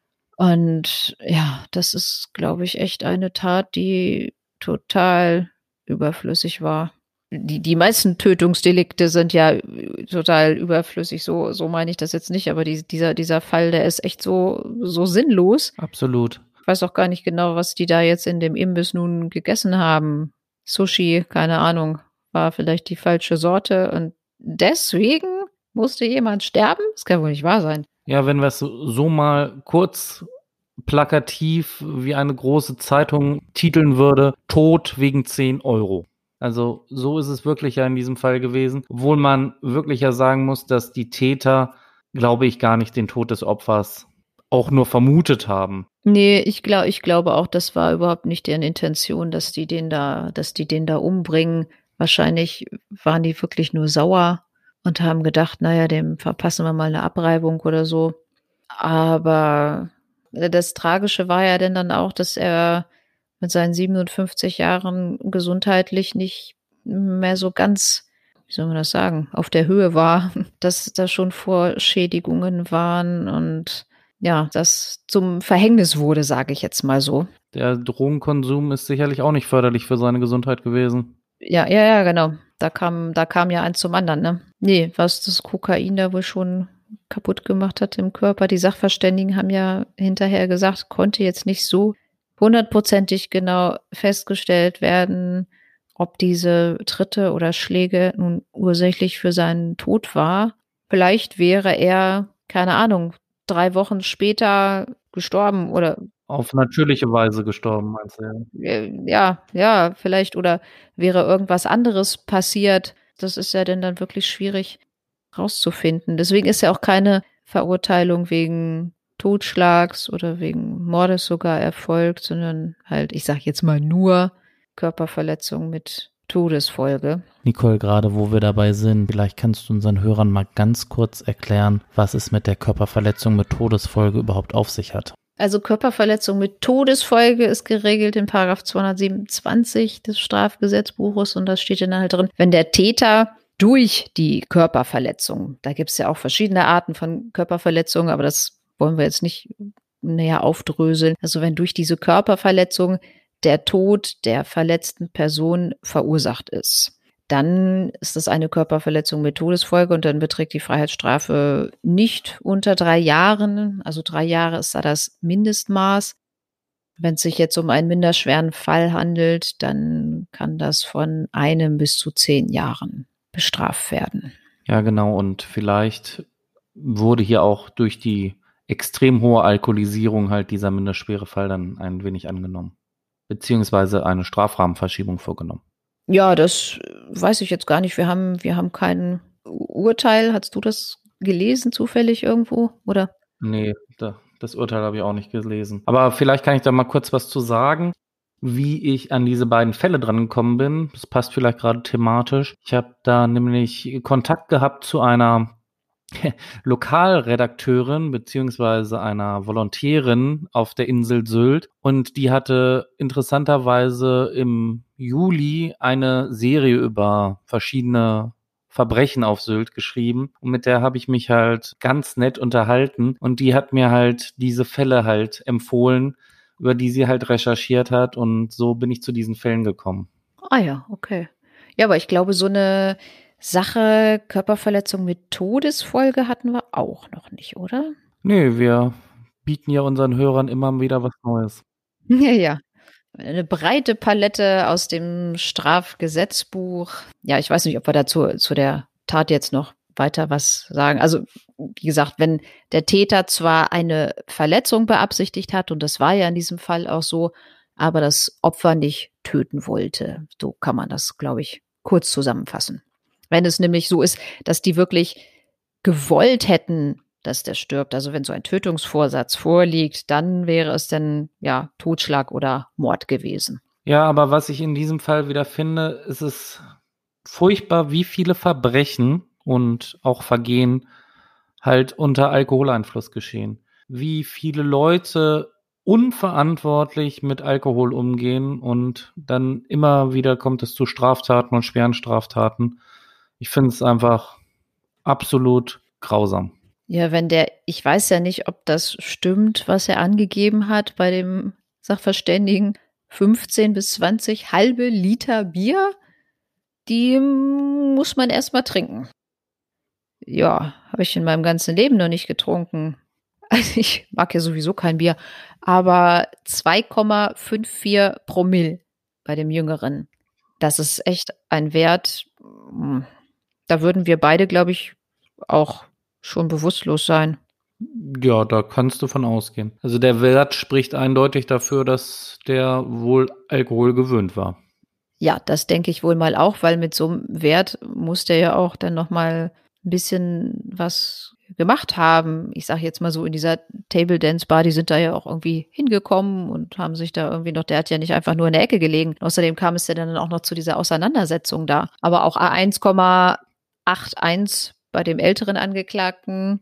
Und ja, das ist, glaube ich, echt eine Tat, die total überflüssig war. Die, die meisten Tötungsdelikte sind ja total überflüssig, so, so meine ich das jetzt nicht, aber die, dieser, dieser Fall, der ist echt so, so sinnlos. Absolut. Ich weiß auch gar nicht genau, was die da jetzt in dem Imbiss nun gegessen haben. Sushi, keine Ahnung, war vielleicht die falsche Sorte und deswegen musste jemand sterben? Das kann wohl nicht wahr sein. Ja, wenn wir es so, so mal kurz plakativ wie eine große Zeitung titeln würde, Tod wegen zehn Euro. Also so ist es wirklich ja in diesem Fall gewesen, obwohl man wirklich ja sagen muss, dass die Täter, glaube ich, gar nicht den Tod des Opfers auch nur vermutet haben. Nee, ich glaube, ich glaube auch, das war überhaupt nicht deren Intention, dass die den da, dass die den da umbringen. Wahrscheinlich waren die wirklich nur sauer und haben gedacht, naja, dem verpassen wir mal eine Abreibung oder so. Aber das Tragische war ja denn dann auch, dass er mit seinen siebenundfünfzig Jahren gesundheitlich nicht mehr so ganz wie soll man das sagen, auf der Höhe war, dass da schon Vorschädigungen waren und ja, das zum Verhängnis wurde, sage ich jetzt mal so. Der Drogenkonsum ist sicherlich auch nicht förderlich für seine Gesundheit gewesen. Ja, ja, ja, genau. Da kam, da kam ja eins zum anderen, ne? Nee, was das Kokain da wohl schon kaputt gemacht hat im Körper. Die Sachverständigen haben ja hinterher gesagt, konnte jetzt nicht so hundertprozentig genau festgestellt werden, ob diese Tritte oder Schläge nun ursächlich für seinen Tod war. Vielleicht wäre er, keine Ahnung, drei Wochen später gestorben oder auf natürliche Weise gestorben, meinst du? Ja, ja, ja, vielleicht oder wäre irgendwas anderes passiert. Das ist ja denn dann wirklich schwierig rauszufinden. Deswegen ist ja auch keine Verurteilung wegen Totschlags oder wegen Mordes sogar erfolgt, sondern halt, ich sag jetzt mal nur Körperverletzung mit Todesfolge. Nicole, gerade wo wir dabei sind, vielleicht kannst du unseren Hörern mal ganz kurz erklären, was es mit der Körperverletzung mit Todesfolge überhaupt auf sich hat. Also Körperverletzung mit Todesfolge ist geregelt in Paragraph zweihundertsiebenundzwanzig des Strafgesetzbuches und da steht dann halt drin, wenn der Täter durch die Körperverletzung, da gibt es ja auch verschiedene Arten von Körperverletzungen, aber das wollen wir jetzt nicht näher aufdröseln. Also wenn durch diese Körperverletzung der Tod der verletzten Person verursacht ist, dann ist das eine Körperverletzung mit Todesfolge und dann beträgt die Freiheitsstrafe nicht unter drei Jahren. Also drei Jahre ist da das Mindestmaß. Wenn es sich jetzt um einen minderschweren Fall handelt, dann kann das von einem bis zu zehn Jahren bestraft werden. Ja, genau. Und vielleicht wurde hier auch durch die extrem hohe Alkoholisierung halt dieser minderschwere Fall dann ein wenig angenommen, beziehungsweise eine Strafrahmenverschiebung vorgenommen. Ja, das weiß ich jetzt gar nicht. Wir haben, wir haben kein Urteil. Hast du das gelesen zufällig irgendwo, oder? Nee, da, das Urteil habe ich auch nicht gelesen. Aber vielleicht kann ich da mal kurz was zu sagen, wie ich an diese beiden Fälle dran gekommen bin. Das passt vielleicht gerade thematisch. Ich habe da nämlich Kontakt gehabt zu einer Lokalredakteurin beziehungsweise einer Volontärin auf der Insel Sylt und die hatte interessanterweise im Juli eine Serie über verschiedene Verbrechen auf Sylt geschrieben und mit der habe ich mich halt ganz nett unterhalten und die hat mir halt diese Fälle halt empfohlen, über die sie halt recherchiert hat und so bin ich zu diesen Fällen gekommen. Ah ja, okay. Ja, aber ich glaube, so eine Sache, Körperverletzung mit Todesfolge hatten wir auch noch nicht, oder? Nee, wir bieten ja unseren Hörern immer wieder was Neues. Ja, ja. Eine breite Palette aus dem Strafgesetzbuch. Ja, ich weiß nicht, ob wir dazu zu der Tat jetzt noch weiter was sagen. Also, wie gesagt, wenn der Täter zwar eine Verletzung beabsichtigt hat, und das war ja in diesem Fall auch so, aber das Opfer nicht töten wollte. So kann man das, glaube ich, kurz zusammenfassen. Wenn es nämlich so ist, dass die wirklich gewollt hätten, dass der stirbt, also wenn so ein Tötungsvorsatz vorliegt, dann wäre es dann ja Totschlag oder Mord gewesen. Ja, aber was ich in diesem Fall wieder finde, ist es furchtbar, wie viele Verbrechen und auch Vergehen halt unter Alkoholeinfluss geschehen. Wie viele Leute unverantwortlich mit Alkohol umgehen und dann immer wieder kommt es zu Straftaten und schweren Straftaten. Ich finde es einfach absolut grausam. Ja, wenn der, ich weiß ja nicht, ob das stimmt, was er angegeben hat bei dem Sachverständigen, fünfzehn bis zwanzig halbe Liter Bier, die muss man erstmal trinken. Ja, habe ich in meinem ganzen Leben noch nicht getrunken. Also ich mag ja sowieso kein Bier, aber zwei Komma vierundfünfzig Promille bei dem Jüngeren. Das ist echt ein Wert, da würden wir beide, glaube ich, auch schon bewusstlos sein. Ja, da kannst du von ausgehen. Also der Wert spricht eindeutig dafür, dass der wohl Alkohol gewöhnt war. Ja, das denke ich wohl mal auch, weil mit so einem Wert muss der ja auch dann nochmal ein bisschen was gemacht haben. Ich sage jetzt mal so, in dieser Table Dance Bar, die sind da ja auch irgendwie hingekommen und haben sich da irgendwie noch, der hat ja nicht einfach nur in der Ecke gelegen. Außerdem kam es ja dann auch noch zu dieser Auseinandersetzung da. Aber auch eins Komma einundachtzig bei dem älteren Angeklagten,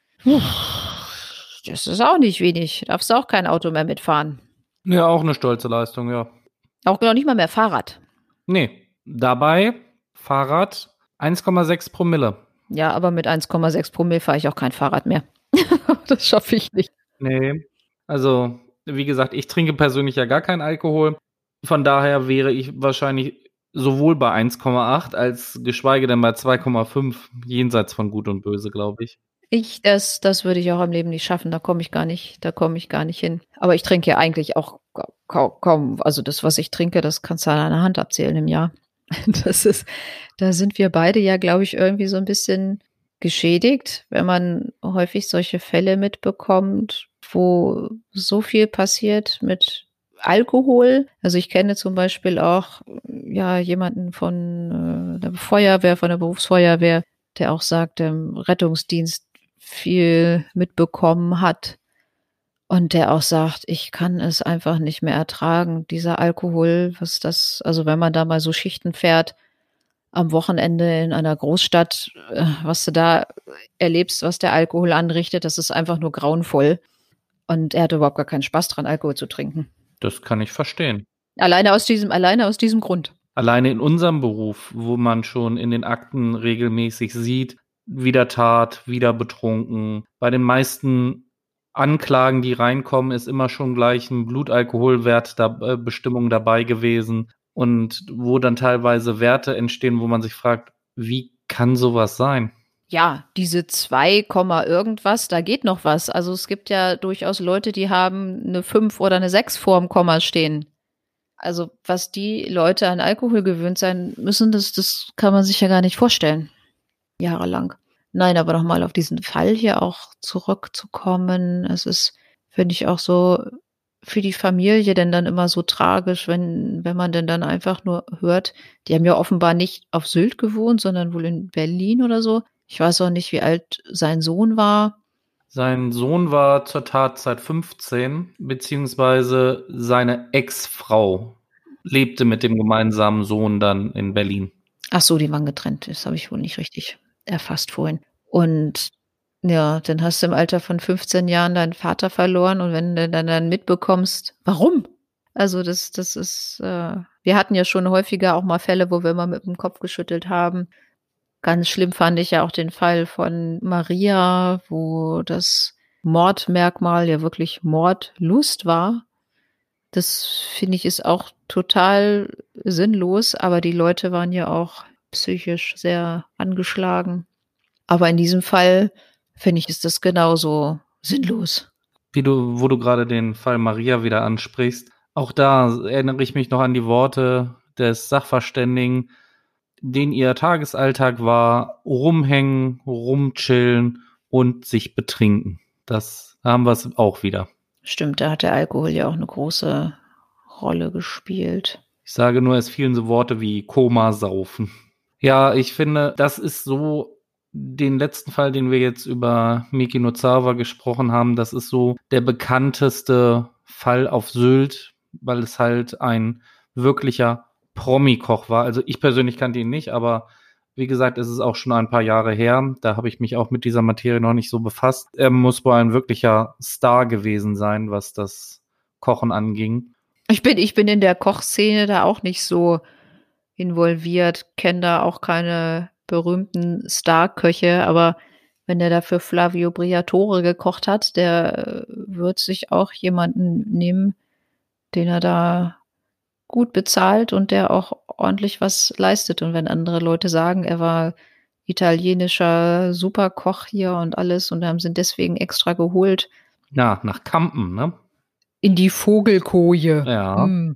das ist auch nicht wenig. Darfst du auch kein Auto mehr mitfahren. Ja, auch eine stolze Leistung, ja. Auch noch nicht mal mehr Fahrrad. Nee, dabei Fahrrad eins Komma sechs Promille. Ja, aber mit eins Komma sechs Promille fahre ich auch kein Fahrrad mehr. Das schaffe ich nicht. Nee, also wie gesagt, ich trinke persönlich ja gar keinen Alkohol. Von daher wäre ich wahrscheinlich sowohl bei eins Komma acht als geschweige denn bei zwei Komma fünf jenseits von Gut und Böse, glaube ich. Ich, das, das würde ich auch im Leben nicht schaffen. Da komme ich gar nicht, da komme ich gar nicht hin. Aber ich trinke ja eigentlich auch kaum, kaum, also das, was ich trinke, das kannst du an einer Hand abzählen im Jahr. Das ist, da sind wir beide ja, glaube ich, irgendwie so ein bisschen geschädigt, wenn man häufig solche Fälle mitbekommt, wo so viel passiert mit Alkohol. Also ich kenne zum Beispiel auch ja jemanden von äh, der Feuerwehr, von der Berufsfeuerwehr, der auch sagt, im Rettungsdienst viel mitbekommen hat und der auch sagt, ich kann es einfach nicht mehr ertragen, dieser Alkohol, was das, also wenn man da mal so Schichten fährt, am Wochenende in einer Großstadt, was du da erlebst, was der Alkohol anrichtet, das ist einfach nur grauenvoll. Und er hatte überhaupt gar keinen Spaß dran, Alkohol zu trinken. Das kann ich verstehen. Alleine aus diesem, alleine aus diesem Grund. Alleine in unserem Beruf, wo man schon in den Akten regelmäßig sieht, wieder Tat, wieder betrunken. Bei den meisten Anklagen, die reinkommen, ist immer schon gleich ein Blutalkoholwert da, äh, Bestimmung dabei gewesen. Und wo dann teilweise Werte entstehen, wo man sich fragt, wie kann sowas sein? Ja, diese zwei, irgendwas, da geht noch was. Also es gibt ja durchaus Leute, die haben eine fünf oder eine sechs vorm Komma stehen. Also was die Leute an Alkohol gewöhnt sein müssen, das, das kann man sich ja gar nicht vorstellen. Jahrelang. Nein, aber nochmal auf diesen Fall hier auch zurückzukommen. Es ist, finde ich, auch so für die Familie denn dann immer so tragisch, wenn, wenn man denn dann einfach nur hört, die haben ja offenbar nicht auf Sylt gewohnt, sondern wohl in Berlin oder so. Ich weiß auch nicht, wie alt sein Sohn war. Sein Sohn war zur Tatzeit fünfzehn, beziehungsweise seine Ex-Frau lebte mit dem gemeinsamen Sohn dann in Berlin. Ach so, die waren getrennt. Das habe ich wohl nicht richtig erfasst vorhin. Und ja, dann hast du im Alter von fünfzehn Jahren deinen Vater verloren und wenn du dann, dann mitbekommst, warum? Also das, das ist, äh, wir hatten ja schon häufiger auch mal Fälle, wo wir mal mit dem Kopf geschüttelt haben. Ganz schlimm fand ich ja auch den Fall von Maria, wo das Mordmerkmal ja wirklich Mordlust war. Das finde ich ist auch total sinnlos, aber die Leute waren ja auch psychisch sehr angeschlagen. Aber in diesem Fall finde ich, ist das genauso sinnlos. Wie du, wo du gerade den Fall Maria wieder ansprichst, auch da erinnere ich mich noch an die Worte des Sachverständigen, den ihr Tagesalltag war, rumhängen, rumchillen und sich betrinken. Das haben wir auch wieder. Stimmt, da hat der Alkohol ja auch eine große Rolle gespielt. Ich sage nur, es fielen so Worte wie Koma, Saufen. Ja, ich finde, das ist so den letzten Fall, den wir jetzt über Miki Nozawa gesprochen haben, das ist so der bekannteste Fall auf Sylt, weil es halt ein wirklicher Promi-Koch war. Also ich persönlich kannte ihn nicht, aber wie gesagt, es ist auch schon ein paar Jahre her. Da habe ich mich auch mit dieser Materie noch nicht so befasst. Er muss wohl ein wirklicher Star gewesen sein, was das Kochen anging. Ich bin, ich bin in der Kochszene da auch nicht so involviert, kenne da auch keine berühmten Star-Köche, aber wenn der da für Flavio Briatore gekocht hat, der wird sich auch jemanden nehmen, den er da gut bezahlt und der auch ordentlich was leistet. Und wenn andere Leute sagen, er war italienischer Superkoch hier und alles und haben sie deswegen extra geholt. Ja, nach Kampen, ne? In die Vogelkoje. Ja. Hm.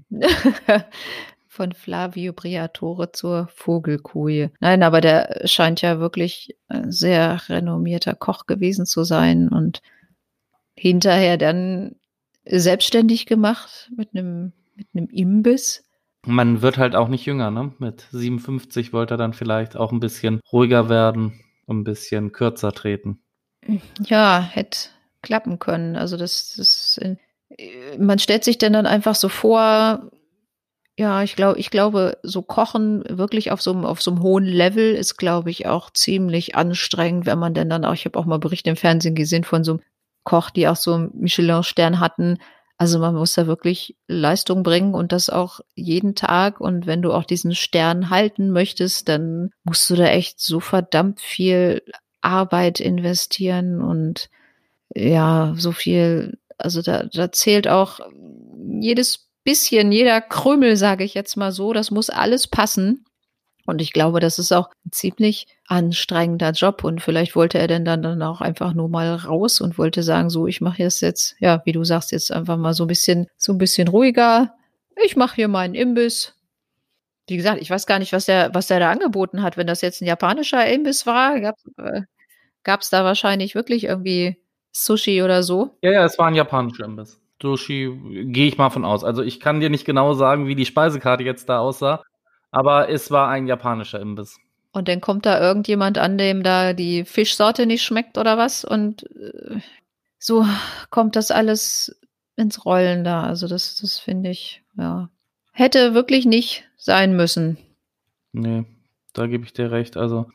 Von Flavio Briatore zur Vogelkoje. Nein, aber der scheint ja wirklich ein sehr renommierter Koch gewesen zu sein und hinterher dann selbstständig gemacht mit einem mit einem Imbiss. Man wird halt auch nicht jünger, ne? Mit siebenundfünfzig wollte er dann vielleicht auch ein bisschen ruhiger werden und ein bisschen kürzer treten. Ja, hätte klappen können. Also das, das man stellt sich denn dann einfach so vor, ja, ich glaube, ich glaube, so Kochen wirklich auf so einem, auf so einem hohen Level ist, glaube ich, auch ziemlich anstrengend, wenn man denn dann auch, ich habe auch mal Berichte im Fernsehen gesehen von so einem Koch, die auch so einen Michelin-Stern hatten. Also man muss da wirklich Leistung bringen und das auch jeden Tag. Und wenn du auch diesen Stern halten möchtest, dann musst du da echt so verdammt viel Arbeit investieren und ja, so viel, also da, da zählt auch jedes bisschen, jeder Krümel, sage ich jetzt mal so, das muss alles passen. Und ich glaube, das ist auch ein ziemlich anstrengender Job. Und vielleicht wollte er denn dann, dann auch einfach nur mal raus und wollte sagen, so, ich mache jetzt jetzt, ja, wie du sagst, jetzt einfach mal so ein bisschen, so ein bisschen ruhiger. Ich mache hier meinen Imbiss. Wie gesagt, ich weiß gar nicht, was der, was der da angeboten hat. Wenn das jetzt ein japanischer Imbiss war, gab äh, gab's da wahrscheinlich wirklich irgendwie Sushi oder so. Ja, ja, es war ein japanischer Imbiss. Sushi gehe ich mal von aus. Also ich kann dir nicht genau sagen, wie die Speisekarte jetzt da aussah, aber es war ein japanischer Imbiss. Und dann kommt da irgendjemand an, dem da die Fischsorte nicht schmeckt oder was. Und äh, so kommt das alles ins Rollen da. Also das, das finde ich, ja, hätte wirklich nicht sein müssen. Nee, da gebe ich dir recht. Also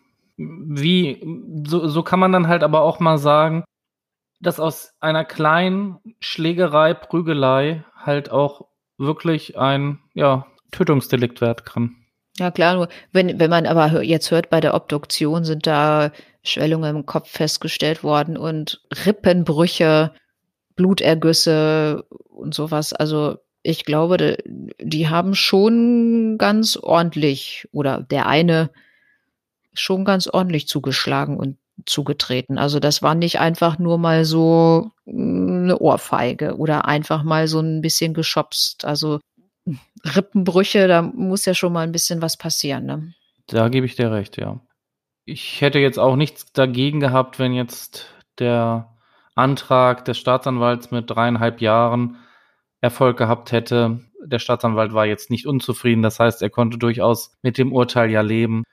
wie, so, so kann man dann halt aber auch mal sagen, dass aus einer kleinen Schlägerei, Prügelei halt auch wirklich ein, ja, Tötungsdelikt werden kann. Ja klar, nur wenn, wenn man aber jetzt hört, bei der Obduktion sind da Schwellungen im Kopf festgestellt worden und Rippenbrüche, Blutergüsse und sowas. Also ich glaube, die haben schon ganz ordentlich, oder der eine schon ganz ordentlich zugeschlagen und zugetreten. Also das war nicht einfach nur mal so eine Ohrfeige oder einfach mal so ein bisschen geschubst. Also Rippenbrüche, da muss ja schon mal ein bisschen was passieren, ne? Da gebe ich dir recht, ja. Ich hätte jetzt auch nichts dagegen gehabt, wenn jetzt der Antrag des Staatsanwalts mit dreieinhalb Jahren Erfolg gehabt hätte. Der Staatsanwalt war jetzt nicht unzufrieden, das heißt, er konnte durchaus mit dem Urteil ja leben.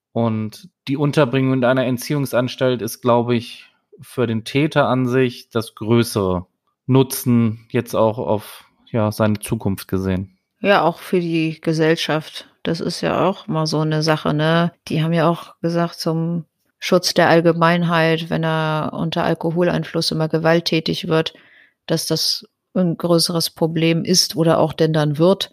Und die Unterbringung in einer Entziehungsanstalt ist, glaube ich, für den Täter an sich das größere Nutzen jetzt auch auf, ja, seine Zukunft gesehen. Ja, auch für die Gesellschaft. Das ist ja auch mal so eine Sache, ne? Die haben ja auch gesagt, zum Schutz der Allgemeinheit, wenn er unter Alkoholeinfluss immer gewalttätig wird, dass das ein größeres Problem ist oder auch denn dann wird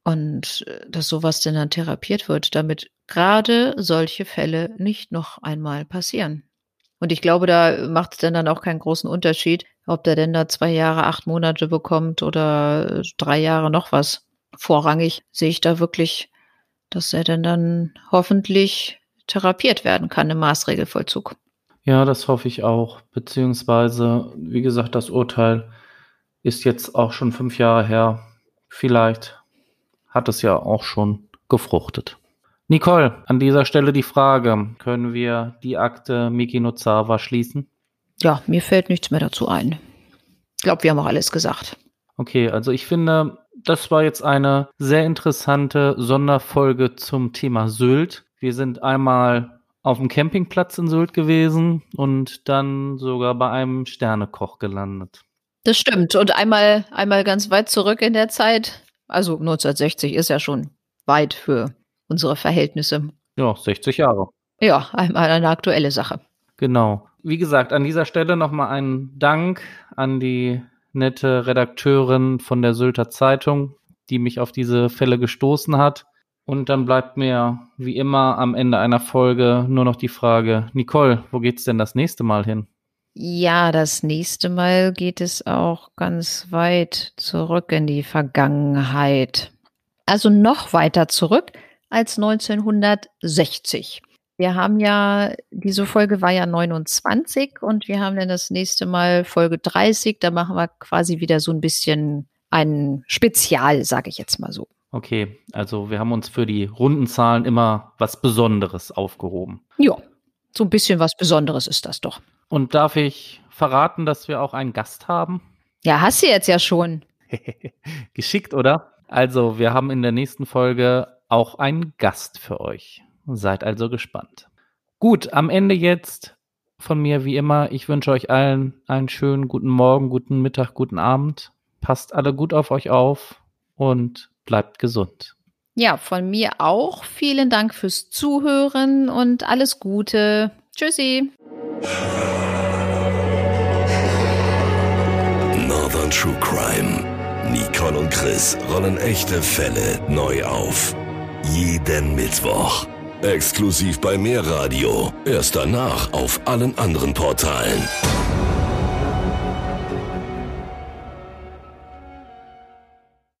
und dass sowas denn dann therapiert wird, damit gerade solche Fälle nicht noch einmal passieren. Und ich glaube, da macht es denn dann auch keinen großen Unterschied, ob der denn da zwei Jahre, acht Monate bekommt oder drei Jahre noch was. Vorrangig sehe ich da wirklich, dass er denn dann hoffentlich therapiert werden kann im Maßregelvollzug. Ja, das hoffe ich auch. Beziehungsweise, wie gesagt, das Urteil ist jetzt auch schon fünf Jahre her. Vielleicht hat es ja auch schon gefruchtet. Nicole, an dieser Stelle die Frage, können wir die Akte Miki Nozawa schließen? Ja, mir fällt nichts mehr dazu ein. Ich glaube, wir haben auch alles gesagt. Okay, also ich finde, das war jetzt eine sehr interessante Sonderfolge zum Thema Sylt. Wir sind einmal auf dem Campingplatz in Sylt gewesen und dann sogar bei einem Sternekoch gelandet. Das stimmt. Und einmal, einmal ganz weit zurück in der Zeit. Also neunzehnhundertsechzig ist ja schon weit für unsere Verhältnisse. Ja, sechzig Jahre. Ja, einmal eine aktuelle Sache. Genau. Wie gesagt, an dieser Stelle nochmal einen Dank an die nette Redakteurin von der Sylter Zeitung, die mich auf diese Fälle gestoßen hat. Und dann bleibt mir wie immer am Ende einer Folge nur noch die Frage, Nicole, wo geht's denn das nächste Mal hin? Ja, das nächste Mal geht es auch ganz weit zurück in die Vergangenheit. Also noch weiter zurück als neunzehnhundertsechzig. Wir haben ja, diese Folge war ja neunundzwanzig und wir haben dann das nächste Mal Folge dreißig. Da machen wir quasi wieder so ein bisschen ein Spezial, sage ich jetzt mal so. Okay, also wir haben uns für die runden Zahlen immer was Besonderes aufgehoben. Ja, so ein bisschen was Besonderes ist das doch. Und darf ich verraten, dass wir auch einen Gast haben? Ja, hast du jetzt ja schon. Geschickt, oder? Also, wir haben in der nächsten Folge auch einen Gast für euch. Seid also gespannt. Gut, am Ende jetzt von mir wie immer. Ich wünsche euch allen einen schönen guten Morgen, guten Mittag, guten Abend. Passt alle gut auf euch auf und bleibt gesund. Ja, von mir auch. Vielen Dank fürs Zuhören und alles Gute. Tschüssi. Northern True Crime. Nicole und Chris rollen echte Fälle neu auf. Jeden Mittwoch. Exklusiv bei Mehrradio. Erst danach auf allen anderen Portalen.